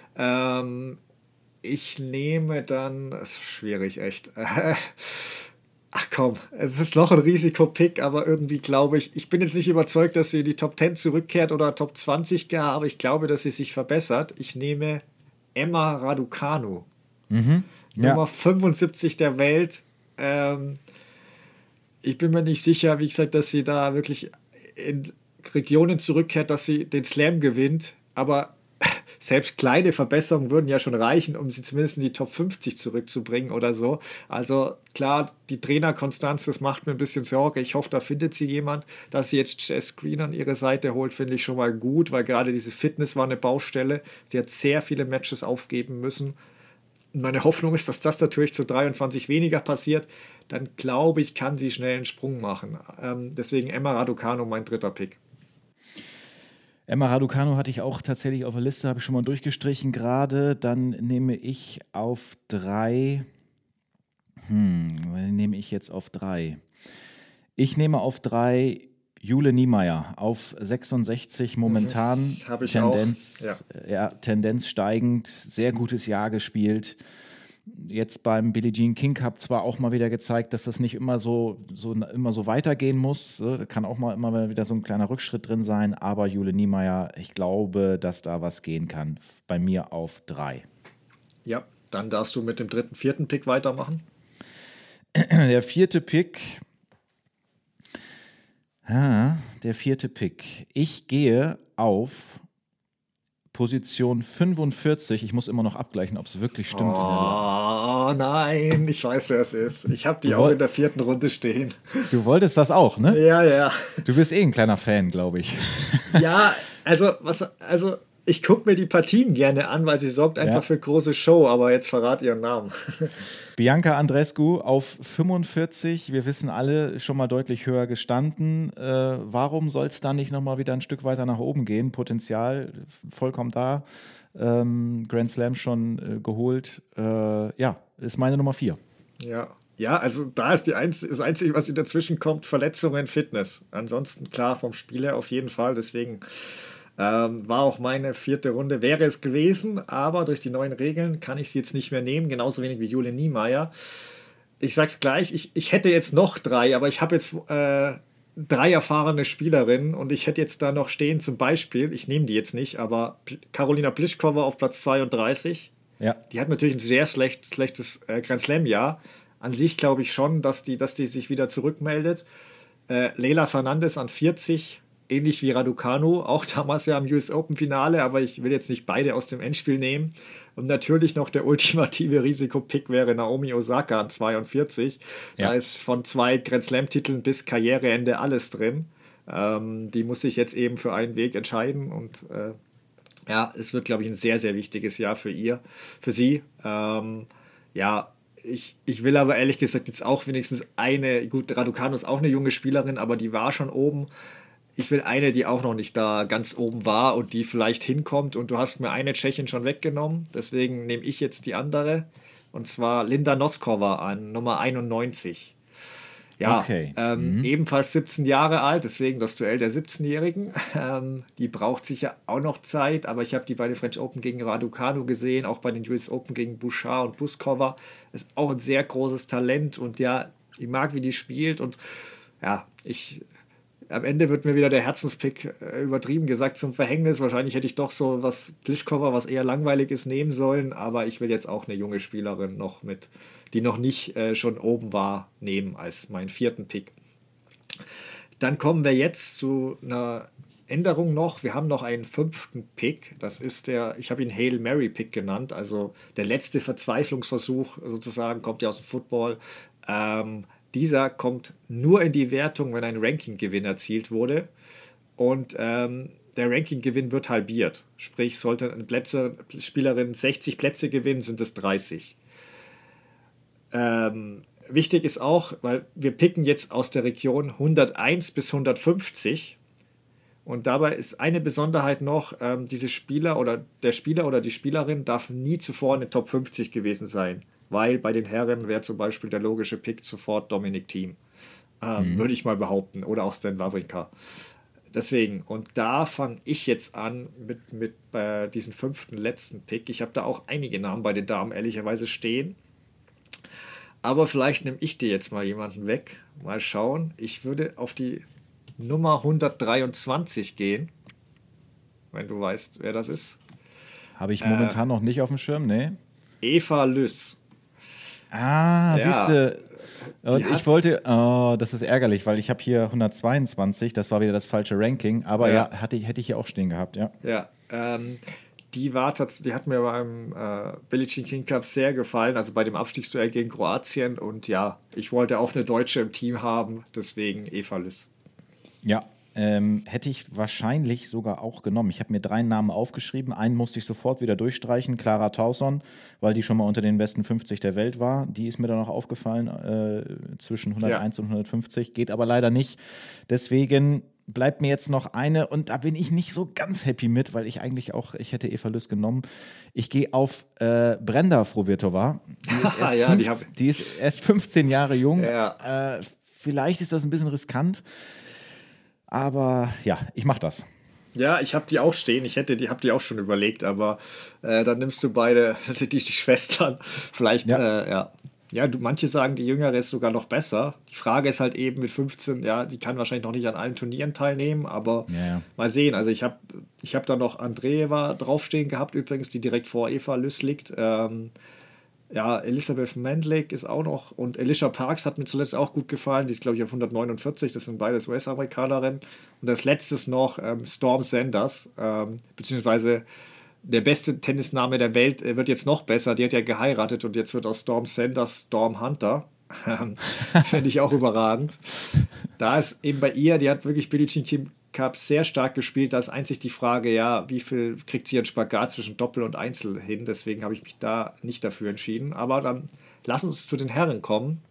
Ich nehme dann, das ist schwierig, echt. Ach komm, es ist noch ein Risikopick, aber irgendwie glaube ich bin jetzt nicht überzeugt, dass sie in die Top 10 zurückkehrt oder Top 20 gar, aber ich glaube, dass sie sich verbessert. Ich nehme Emma Raducanu. Nummer 75 der Welt. Ich bin mir nicht sicher, wie gesagt, dass sie da wirklich in Regionen zurückkehrt, dass sie den Slam gewinnt, aber selbst kleine Verbesserungen würden ja schon reichen, um sie zumindest in die Top 50 zurückzubringen oder so. Also klar, die Trainerkonstanz, das macht mir ein bisschen Sorge. Ich hoffe, da findet sie jemand. Dass sie jetzt Jess Green an ihre Seite holt, finde ich schon mal gut, weil gerade diese Fitness war eine Baustelle. Sie hat sehr viele Matches aufgeben müssen. Meine Hoffnung ist, dass das natürlich zu 23 weniger passiert. Dann glaube ich, kann sie schnell einen Sprung machen. Deswegen Emma Raducanu, mein 3. Pick. Emma Raducanu hatte ich auch tatsächlich auf der Liste, habe ich schon mal durchgestrichen gerade. Dann nehme ich auf 3. Nehme ich jetzt auf 3? Ich nehme auf 3 Jule Niemeyer auf 66 momentan. Habe ich Tendenz, auch. Ja, Tendenz steigend, sehr gutes Jahr gespielt. Jetzt beim Billie Jean King Cup zwar auch mal wieder gezeigt, dass das nicht immer so weitergehen muss. Da kann auch mal immer wieder so ein kleiner Rückschritt drin sein. Aber Jule Niemeyer, ich glaube, dass da was gehen kann. Bei mir auf 3. Ja, dann darfst du mit dem 3., 4. Pick weitermachen. Der 4. Pick. Der 4. Pick. Ich gehe auf Position 45. Ich muss immer noch abgleichen, ob es wirklich stimmt. Oh nein, ich weiß, wer es ist. Ich habe die auch in der 4. Runde stehen. Du wolltest das auch, ne? Ja. Du bist ein kleiner Fan, glaube ich. Ja, also ich gucke mir die Partien gerne an, weil sie sorgt einfach für große Show, aber jetzt verrat ihren Namen. Bianca Andreescu auf 45, wir wissen alle, schon mal deutlich höher gestanden. Warum soll es da nicht nochmal wieder ein Stück weiter nach oben gehen? Potenzial vollkommen da. Grand Slam schon geholt. Ist meine Nummer 4. Ja, also da ist das Einzige, was dazwischen kommt, Verletzungen, Fitness. Ansonsten klar vom Spieler auf jeden Fall, deswegen war auch meine 4. Runde, wäre es gewesen, aber durch die neuen Regeln kann ich sie jetzt nicht mehr nehmen, genauso wenig wie Jule Niemeyer. Ich sag's gleich, ich hätte jetzt noch 3, aber ich habe jetzt 3 erfahrene Spielerinnen und ich hätte jetzt da noch stehen, zum Beispiel, ich nehme die jetzt nicht, aber Karolina Pliskova auf Platz 32. Ja. Die hat natürlich ein sehr schlechtes Grand Slam-Jahr. An sich glaube ich schon, dass die sich wieder zurückmeldet. Leila Fernandes an 40, ähnlich wie Raducanu, auch damals ja im US Open Finale, aber ich will jetzt nicht beide aus dem Endspiel nehmen. Und natürlich noch der ultimative Risikopick wäre Naomi Osaka an 42. Ja. Da ist von 2 Grand Slam-Titeln bis Karriereende alles drin. Die muss sich jetzt eben für einen Weg entscheiden und es wird, glaube ich, ein sehr, sehr wichtiges Jahr für sie. Ich will aber ehrlich gesagt jetzt auch wenigstens gut, Raducanu ist auch eine junge Spielerin, aber die war schon oben. Ich will eine, die auch noch nicht da ganz oben war und die vielleicht hinkommt. Und du hast mir eine Tschechin schon weggenommen. Deswegen nehme ich jetzt die andere. Und zwar Linda Noskova an Nummer 91. Ja, okay. Ebenfalls 17 Jahre alt. Deswegen das Duell der 17-Jährigen. Die braucht sicher auch noch Zeit. Aber ich habe die bei den French Open gegen Raducanu gesehen. Auch bei den US Open gegen Bouchard und Puskova. Ist auch ein sehr großes Talent. Und ja, ich mag, wie die spielt. Und ja, am Ende wird mir wieder der Herzenspick übertrieben gesagt zum Verhängnis. Wahrscheinlich hätte ich doch so was Pliskova, was eher langweilig ist, nehmen sollen. Aber ich will jetzt auch eine junge Spielerin noch die noch nicht schon oben war, nehmen als meinen 4. Pick. Dann kommen wir jetzt zu einer Änderung noch. Wir haben noch einen 5. Pick. Das ist ich habe ihn Hail Mary Pick genannt. Also der letzte Verzweiflungsversuch sozusagen, kommt ja aus dem Football. Dieser kommt nur in die Wertung, wenn ein Ranking-Gewinn erzielt wurde. Und der Ranking-Gewinn wird halbiert. Sprich, sollte eine Spielerin 60 Plätze gewinnen, sind es 30. Wichtig ist auch, weil wir picken jetzt aus der Region 101 bis 150. Und dabei ist eine Besonderheit noch, der Spieler oder die Spielerin darf nie zuvor in den Top 50 gewesen sein. Weil bei den Herren wäre zum Beispiel der logische Pick sofort Dominic Thiem. Würde ich mal behaupten. Oder auch Stan Wawrinka. Deswegen, und da fange ich jetzt an mit diesem 5. letzten Pick. Ich habe da auch einige Namen bei den Damen ehrlicherweise stehen. Aber vielleicht nehme ich dir jetzt mal jemanden weg. Mal schauen. Ich würde auf die Nummer 123 gehen. Wenn du weißt, wer das ist. Habe ich momentan noch nicht auf dem Schirm, ne? Eva Lüss. Siehst du. Und ich wollte, das ist ärgerlich, weil ich habe hier 122, das war wieder das falsche Ranking, aber hätte ich hier auch stehen gehabt, ja. Ja, die hat mir beim Billie Jean King Cup sehr gefallen, also bei dem Abstiegsduell gegen Kroatien. Und ja, ich wollte auch eine Deutsche im Team haben, deswegen Eva Lüss. Ja, hätte ich wahrscheinlich sogar auch genommen. Ich habe mir 3 Namen aufgeschrieben. Einen musste ich sofort wieder durchstreichen, Clara Tauson, weil die schon mal unter den besten 50 der Welt war. Die ist mir dann noch aufgefallen, zwischen 101 und 150, geht aber leider nicht. Deswegen bleibt mir jetzt noch eine und da bin ich nicht so ganz happy mit, weil ich hätte Eva Lüss genommen. Ich gehe auf Brenda Fruhvirtova. Die ist erst 15 Jahre jung. Ja. Vielleicht ist das ein bisschen riskant. Aber ja, ich mach das. Ja, ich habe die auch stehen. Habe die auch schon überlegt, aber dann nimmst du beide die Schwestern. Vielleicht, ja. Ja, manche sagen, die Jüngere ist sogar noch besser. Die Frage ist halt eben mit 15, ja, die kann wahrscheinlich noch nicht an allen Turnieren teilnehmen, aber mal sehen. Also ich hab da noch Andreeva draufstehen gehabt, übrigens, die direkt vor Eva Lüss liegt. Ja, Elisabeth Mandlik ist auch noch und Alicia Parks hat mir zuletzt auch gut gefallen. Die ist, glaube ich, auf 149. Das sind beides US-Amerikanerinnen. Und als letztes noch Storm Sanders, beziehungsweise der beste Tennisname der Welt wird jetzt noch besser. Die hat ja geheiratet und jetzt wird aus Storm Sanders Storm Hunter. Finde ich auch überragend. Da ist eben bei ihr, die hat wirklich Billie Jean Cup sehr stark gespielt. Da ist einzig die Frage, ja, wie viel kriegt sie einen Spagat zwischen Doppel und Einzel hin? Deswegen habe ich mich da nicht dafür entschieden. Aber dann lass uns zu den Herren kommen.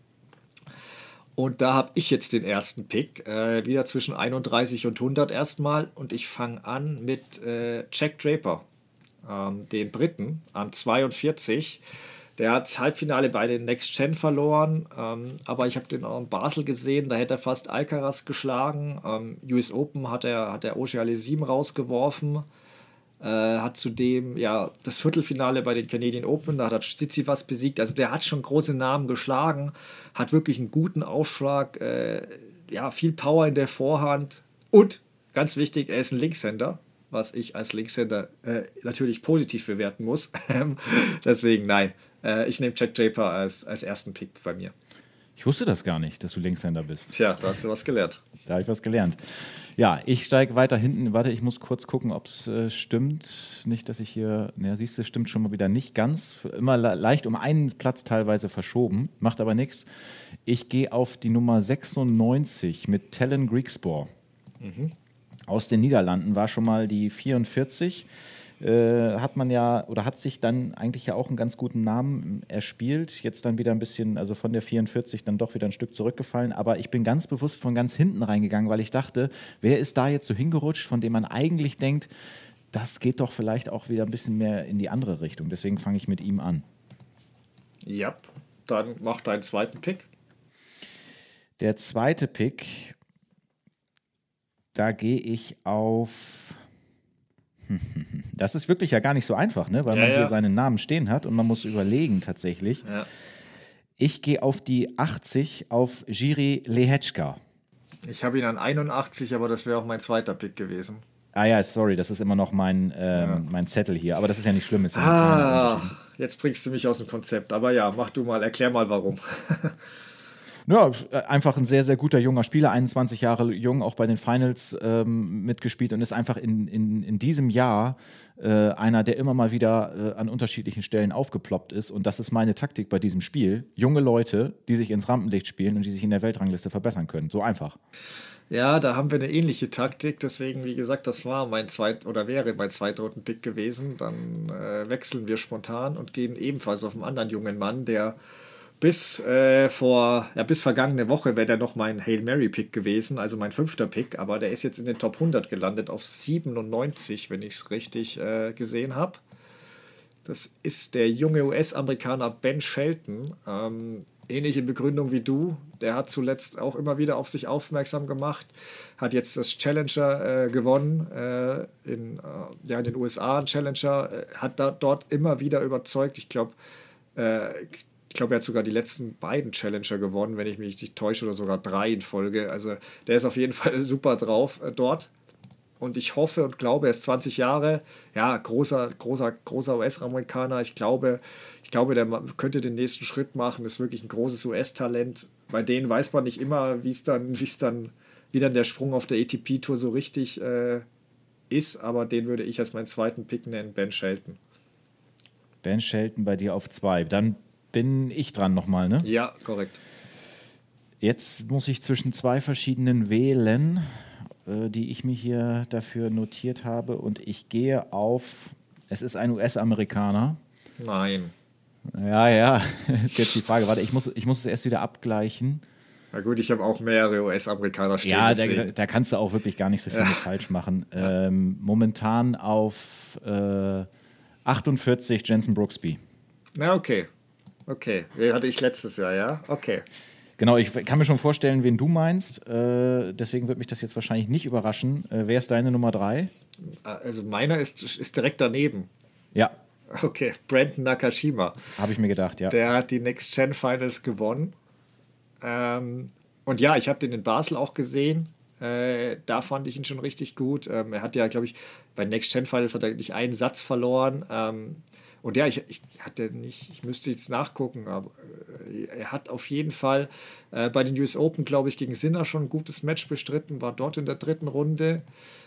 Und da habe ich jetzt den ersten Pick, wieder zwischen 31 und 100 erstmal. Und ich fange an mit Jack Draper, den Briten, an 42. Der hat das Halbfinale bei den Next Gen verloren, aber ich habe den auch in Basel gesehen, da hätte er fast Alcaraz geschlagen. US Open hat er Auger Aliassime rausgeworfen, hat zudem ja das Viertelfinale bei den Canadian Open, da hat er Tsitsipas besiegt. Also der hat schon große Namen geschlagen, hat wirklich einen guten Ausschlag, ja, viel Power in der Vorhand und ganz wichtig, er ist ein Linkshänder, was ich als Linkshänder natürlich positiv bewerten muss. Deswegen nein. Ich nehme Jack Draper als ersten Pick bei mir. Ich wusste das gar nicht, dass du Linkshänder bist. Tja, da hast du was gelernt. Da habe ich was gelernt. Ja, ich steige weiter hinten. Warte, ich muss kurz gucken, ob es stimmt. Nicht, dass ich hier... Ja, siehst du, stimmt schon mal wieder nicht ganz. Immer leicht um einen Platz teilweise verschoben. Macht aber nichts. Ich gehe auf die Nummer 96 mit Tellen Griekspoor. Aus den Niederlanden war schon mal die 44. Hat man ja, oder hat sich dann eigentlich ja auch einen ganz guten Namen erspielt. Jetzt dann wieder ein bisschen, also von der 44 dann doch wieder ein Stück zurückgefallen. Aber ich bin ganz bewusst von ganz hinten reingegangen, weil ich dachte, wer ist da jetzt so hingerutscht, von dem man eigentlich denkt, das geht doch vielleicht auch wieder ein bisschen mehr in die andere Richtung. Deswegen fange ich mit ihm an. Ja, dann mach deinen zweiten Pick. Der zweite Pick, da gehe ich auf... Das ist wirklich ja gar nicht so einfach, ne? Weil man hier seinen Namen stehen hat und man muss überlegen tatsächlich. Ja. Ich gehe auf die 80 auf Jiří Lehečka. Ich habe ihn an 81, aber das wäre auch mein zweiter Pick gewesen. Ah ja, sorry, das ist immer noch mein Zettel hier, aber das ist ja nicht schlimm. Ist ja jetzt bringst du mich aus dem Konzept. Aber ja, mach du mal, erklär mal warum. Ja, einfach ein sehr, sehr guter junger Spieler, 21 Jahre jung, auch bei den Finals mitgespielt und ist einfach in diesem Jahr einer, der immer mal wieder an unterschiedlichen Stellen aufgeploppt ist. Und das ist meine Taktik bei diesem Spiel. Junge Leute, die sich ins Rampenlicht spielen und die sich in der Weltrangliste verbessern können. So einfach. Ja, da haben wir eine ähnliche Taktik. Deswegen, wie gesagt, das war wäre mein Zweitrunden-Pick gewesen. Dann wechseln wir spontan und gehen ebenfalls auf einen anderen jungen Mann, der bis vergangene Woche wäre der noch mein Hail Mary-Pick gewesen, also mein 5. Pick, aber der ist jetzt in den Top 100 gelandet, auf 97, wenn ich es richtig gesehen habe. Das ist der junge US-Amerikaner Ben Shelton, ähnliche Begründung wie du. Der hat zuletzt auch immer wieder auf sich aufmerksam gemacht, hat jetzt das Challenger gewonnen, in den USA ein Challenger, hat dort immer wieder überzeugt. Ich glaube, er hat sogar die letzten beiden Challenger gewonnen, wenn ich mich nicht täusche, oder sogar 3 in Folge. Also der ist auf jeden Fall super drauf dort. Und ich hoffe und glaube, er ist 20 Jahre. Ja, großer US-Amerikaner. Ich glaube, der könnte den nächsten Schritt machen. Ist wirklich ein großes US-Talent. Bei denen weiß man nicht immer, wie dann der Sprung auf der ATP-Tour so richtig ist, aber den würde ich als meinen zweiten Pick nennen, Ben Shelton. Ben Shelton bei dir auf 2. Dann bin ich dran nochmal, ne? Ja, korrekt. Jetzt muss ich zwischen 2 verschiedenen wählen, die ich mir hier dafür notiert habe. Und ich gehe auf, es ist ein US-Amerikaner. Nein. Ja, ist jetzt die Frage. Warte, ich muss es erst wieder abgleichen. Na gut, ich habe auch mehrere US-Amerikaner stehen. Ja, da kannst du auch wirklich gar nicht so viel falsch machen. Momentan auf 48 Jensen Brooksby. Na, okay. Den hatte ich letztes Jahr, ja? Okay. Genau, ich kann mir schon vorstellen, wen du meinst. Deswegen wird mich das jetzt wahrscheinlich nicht überraschen. Wer ist deine Nummer 3? Also meiner ist direkt daneben. Ja. Okay, Brandon Nakashima. Habe ich mir gedacht, ja. Der hat die Next Gen Finals gewonnen. Und ja, ich habe den in Basel auch gesehen. Da fand ich ihn schon richtig gut. Er hat ja, glaube ich, bei Next Gen Finals hat er nicht einen Satz verloren. Und ja, ich müsste jetzt nachgucken, aber er hat auf jeden Fall bei den US Open, glaube ich, gegen Sinner schon ein gutes Match bestritten, war dort in der 3. Runde.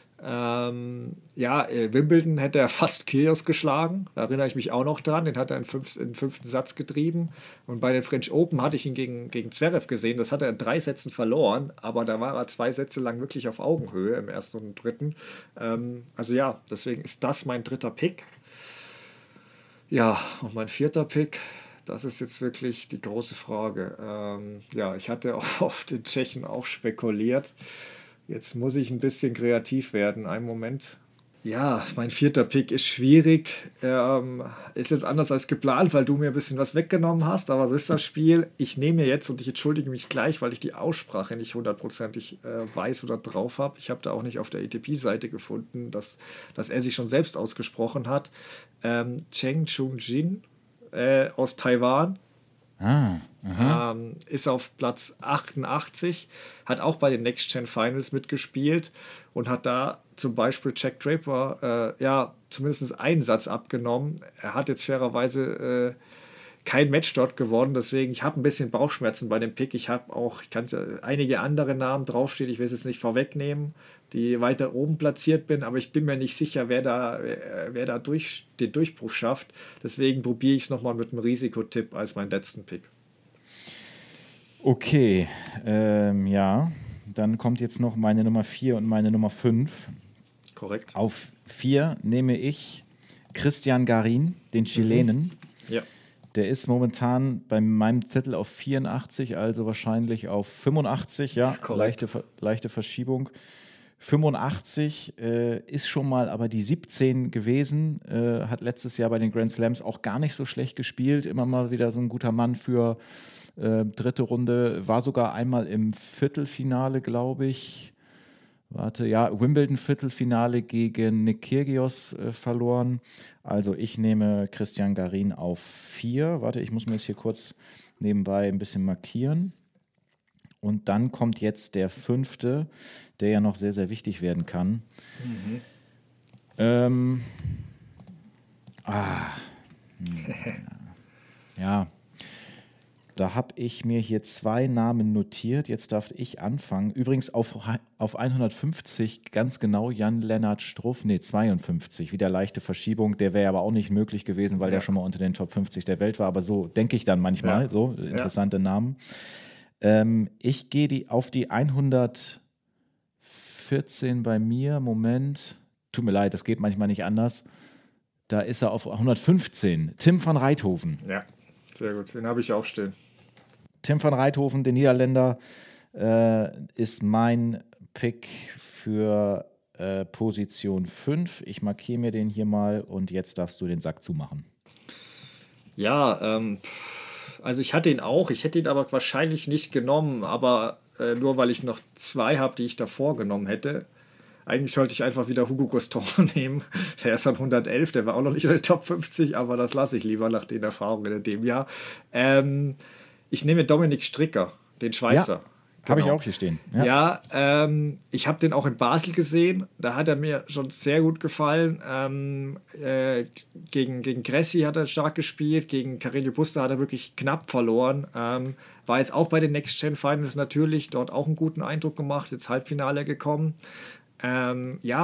Wimbledon hätte er fast Kyrgios geschlagen, da erinnere ich mich auch noch dran, den hat er in den 5. Satz getrieben. Und bei den French Open hatte ich ihn gegen Zverev gesehen, das hat er in 3 Sätzen verloren, aber da war er 2 Sätze lang wirklich auf Augenhöhe im 1. und 3. Deswegen ist das mein 3. Pick. Ja, und mein 4. Pick, das ist jetzt wirklich die große Frage. Ich hatte auch auf den Tschechen auch spekuliert. Jetzt muss ich ein bisschen kreativ werden. Einen Moment. Ja, mein 4. Pick ist schwierig. Ist jetzt anders als geplant, weil du mir ein bisschen was weggenommen hast. Aber so ist das Spiel. Ich nehme jetzt, und ich entschuldige mich gleich, weil ich die Aussprache nicht 100%ig weiß oder drauf habe. Ich habe da auch nicht auf der ATP-Seite gefunden, dass er sich schon selbst ausgesprochen hat. Cheng Chung-Jin aus Taiwan. Ist auf Platz 88, hat auch bei den Next Gen Finals mitgespielt und hat da zum Beispiel Jack Draper zumindest einen Satz abgenommen. Er hat jetzt fairerweise kein Match dort gewonnen, deswegen ich habe ein bisschen Bauchschmerzen bei dem Pick. Ich kann einige andere Namen draufstehen, ich will es jetzt nicht vorwegnehmen, die weiter oben platziert bin, aber ich bin mir nicht sicher, wer da den Durchbruch schafft. Deswegen probiere ich es nochmal mit einem Risikotipp als meinen letzten Pick. Okay, dann kommt jetzt noch meine Nummer 4 und meine Nummer 5. Korrekt. Auf 4 nehme ich Cristian Garin, den Chilenen. Ja. Der ist momentan bei meinem Zettel auf 84, also wahrscheinlich auf 85, ja, leichte Verschiebung. 85 ist schon mal aber die 17 gewesen, hat letztes Jahr bei den Grand Slams auch gar nicht so schlecht gespielt, immer mal wieder so ein guter Mann für 3. Runde, war sogar einmal im Viertelfinale, glaube ich. Wimbledon-Viertelfinale gegen Nick Kyrgios verloren. Also ich nehme Cristian Garin auf 4. Warte, ich muss mir das hier kurz nebenbei ein bisschen markieren. Und dann kommt jetzt der 5., der ja noch sehr, sehr wichtig werden kann. Da habe ich mir hier 2 Namen notiert. Jetzt darf ich anfangen. Übrigens auf 150 ganz genau Jan-Lennart Struff. 52. Wieder leichte Verschiebung. Der wäre aber auch nicht möglich gewesen, weil der schon mal unter den Top 50 der Welt war. Aber so denke ich dann manchmal. So interessante Namen. Ich gehe auf die 114 bei mir. Moment. Tut mir leid, das geht manchmal nicht anders. Da ist er auf 115. Tim van Rijthoven. Ja, sehr gut. Den habe ich auch stehen. Tim van Rijthoven, der Niederländer, ist mein Pick für Position 5. Ich markiere mir den hier mal und jetzt darfst du den Sack zumachen. Ja, also ich hatte ihn auch. Ich hätte ihn aber wahrscheinlich nicht genommen, aber nur weil ich noch 2 habe, die ich davor genommen hätte. Eigentlich sollte ich einfach wieder Hugo Gaston nehmen. Der ist an 111, der war auch noch nicht in der Top 50, aber das lasse ich lieber nach den Erfahrungen in dem Jahr. Ich nehme Dominik Stricker, den Schweizer. Ja, habe ich auch hier stehen. Ja, ich habe den auch in Basel gesehen. Da hat er mir schon sehr gut gefallen. Gegen Gressi hat er stark gespielt. Gegen Carreño Busta hat er wirklich knapp verloren. War jetzt auch bei den Next Gen Finals natürlich. Dort auch einen guten Eindruck gemacht. Jetzt Halbfinale gekommen.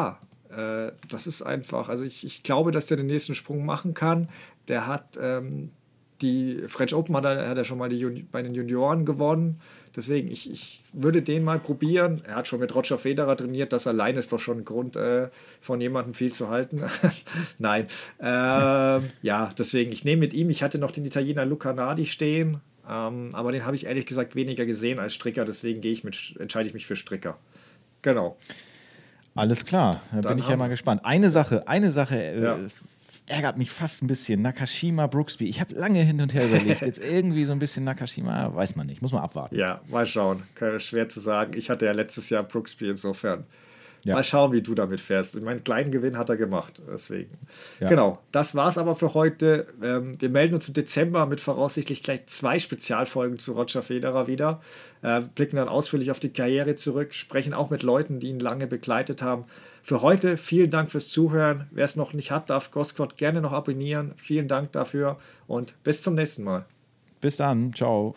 Das ist einfach, also ich glaube, dass der den nächsten Sprung machen kann. Der hat die French Open hat er schon mal bei den Junioren gewonnen. Deswegen, ich würde den mal probieren. Er hat schon mit Roger Federer trainiert. Das allein ist doch schon ein Grund, von jemandem viel zu halten. Nein. Ja, deswegen, ich nehme mit ihm. Ich hatte noch den Italiener Luca Nardi stehen. Aber den habe ich ehrlich gesagt weniger gesehen als Stricker. Deswegen entscheide ich mich für Stricker. Genau. Alles klar, da bin ich ja mal gespannt. Eine Sache ärgert mich fast ein bisschen. Nakashima, Brooksby. Ich habe lange hin und her überlegt. Jetzt irgendwie so ein bisschen Nakashima, weiß man nicht. Muss man abwarten. Ja, mal schauen. Schwer zu sagen. Ich hatte ja letztes Jahr Brooksby insofern. Ja. Mal schauen, wie du damit fährst. Meinen kleinen Gewinn hat er gemacht. Deswegen. Ja. Genau, das war's aber für heute. Wir melden uns im Dezember mit voraussichtlich gleich 2 Spezialfolgen zu Roger Federer wieder. Blicken dann ausführlich auf die Karriere zurück. Sprechen auch mit Leuten, die ihn lange begleitet haben. Für heute vielen Dank fürs Zuhören. Wer es noch nicht hat, darf Crosscourt gerne noch abonnieren. Vielen Dank dafür und bis zum nächsten Mal. Bis dann. Ciao.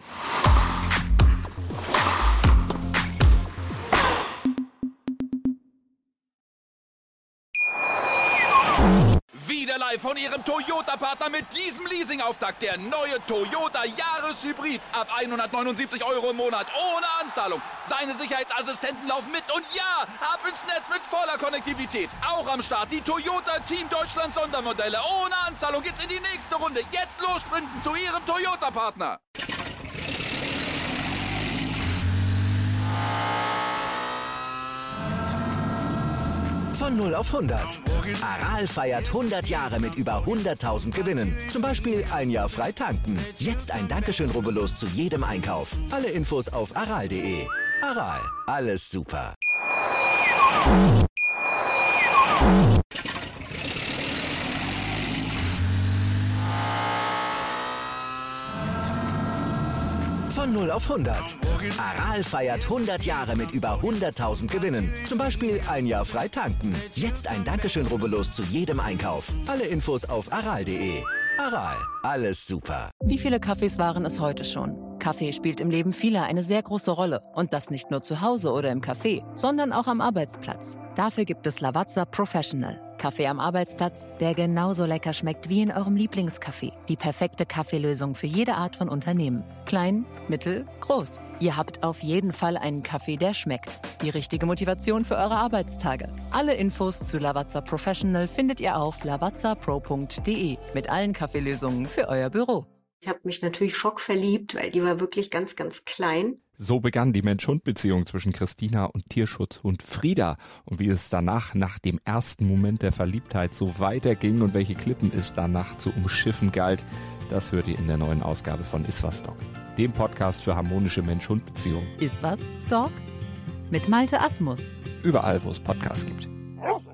Wieder live von Ihrem Toyota-Partner mit diesem Leasing-Auftakt. Der neue Toyota Jahreshybrid. Ab 179 € im Monat. Ohne Anzahlung. Seine Sicherheitsassistenten laufen mit. Und ja, ab ins Netz mit voller Konnektivität. Auch am Start die Toyota Team Deutschland Sondermodelle. Ohne Anzahlung geht's in die nächste Runde. Jetzt los sprinten zu Ihrem Toyota-Partner. Von 0 auf 100. Aral feiert 100 Jahre mit über 100.000 Gewinnen. Zum Beispiel ein Jahr frei tanken. Jetzt ein Dankeschön, rubbellos zu jedem Einkauf. Alle Infos auf aral.de. Aral, alles super. Von 0 auf 100. Aral feiert 100 Jahre mit über 100.000 Gewinnen. Zum Beispiel ein Jahr frei tanken. Jetzt ein Dankeschön, rubbellos zu jedem Einkauf. Alle Infos auf aral.de. Aral, alles super. Wie viele Kaffees waren es heute schon? Kaffee spielt im Leben vieler eine sehr große Rolle. Und das nicht nur zu Hause oder im Café, sondern auch am Arbeitsplatz. Dafür gibt es Lavazza Professional. Kaffee am Arbeitsplatz, der genauso lecker schmeckt wie in eurem Lieblingscafé. Die perfekte Kaffeelösung für jede Art von Unternehmen. Klein, mittel, groß. Ihr habt auf jeden Fall einen Kaffee, der schmeckt. Die richtige Motivation für eure Arbeitstage. Alle Infos zu Lavazza Professional findet ihr auf lavazzapro.de mit allen Kaffeelösungen für euer Büro. Ich habe mich natürlich schockverliebt, weil die war wirklich ganz, ganz klein. So begann die Mensch-Hund-Beziehung zwischen Christina und Tierschutzhund Frieda. Und wie es danach, nach dem ersten Moment der Verliebtheit, so weiterging und welche Klippen es danach zu umschiffen galt, das hört ihr in der neuen Ausgabe von Iswas Dog, dem Podcast für harmonische Mensch-Hund-Beziehungen. Iswas Dog? Mit Malte Asmus. Überall, wo es Podcasts gibt.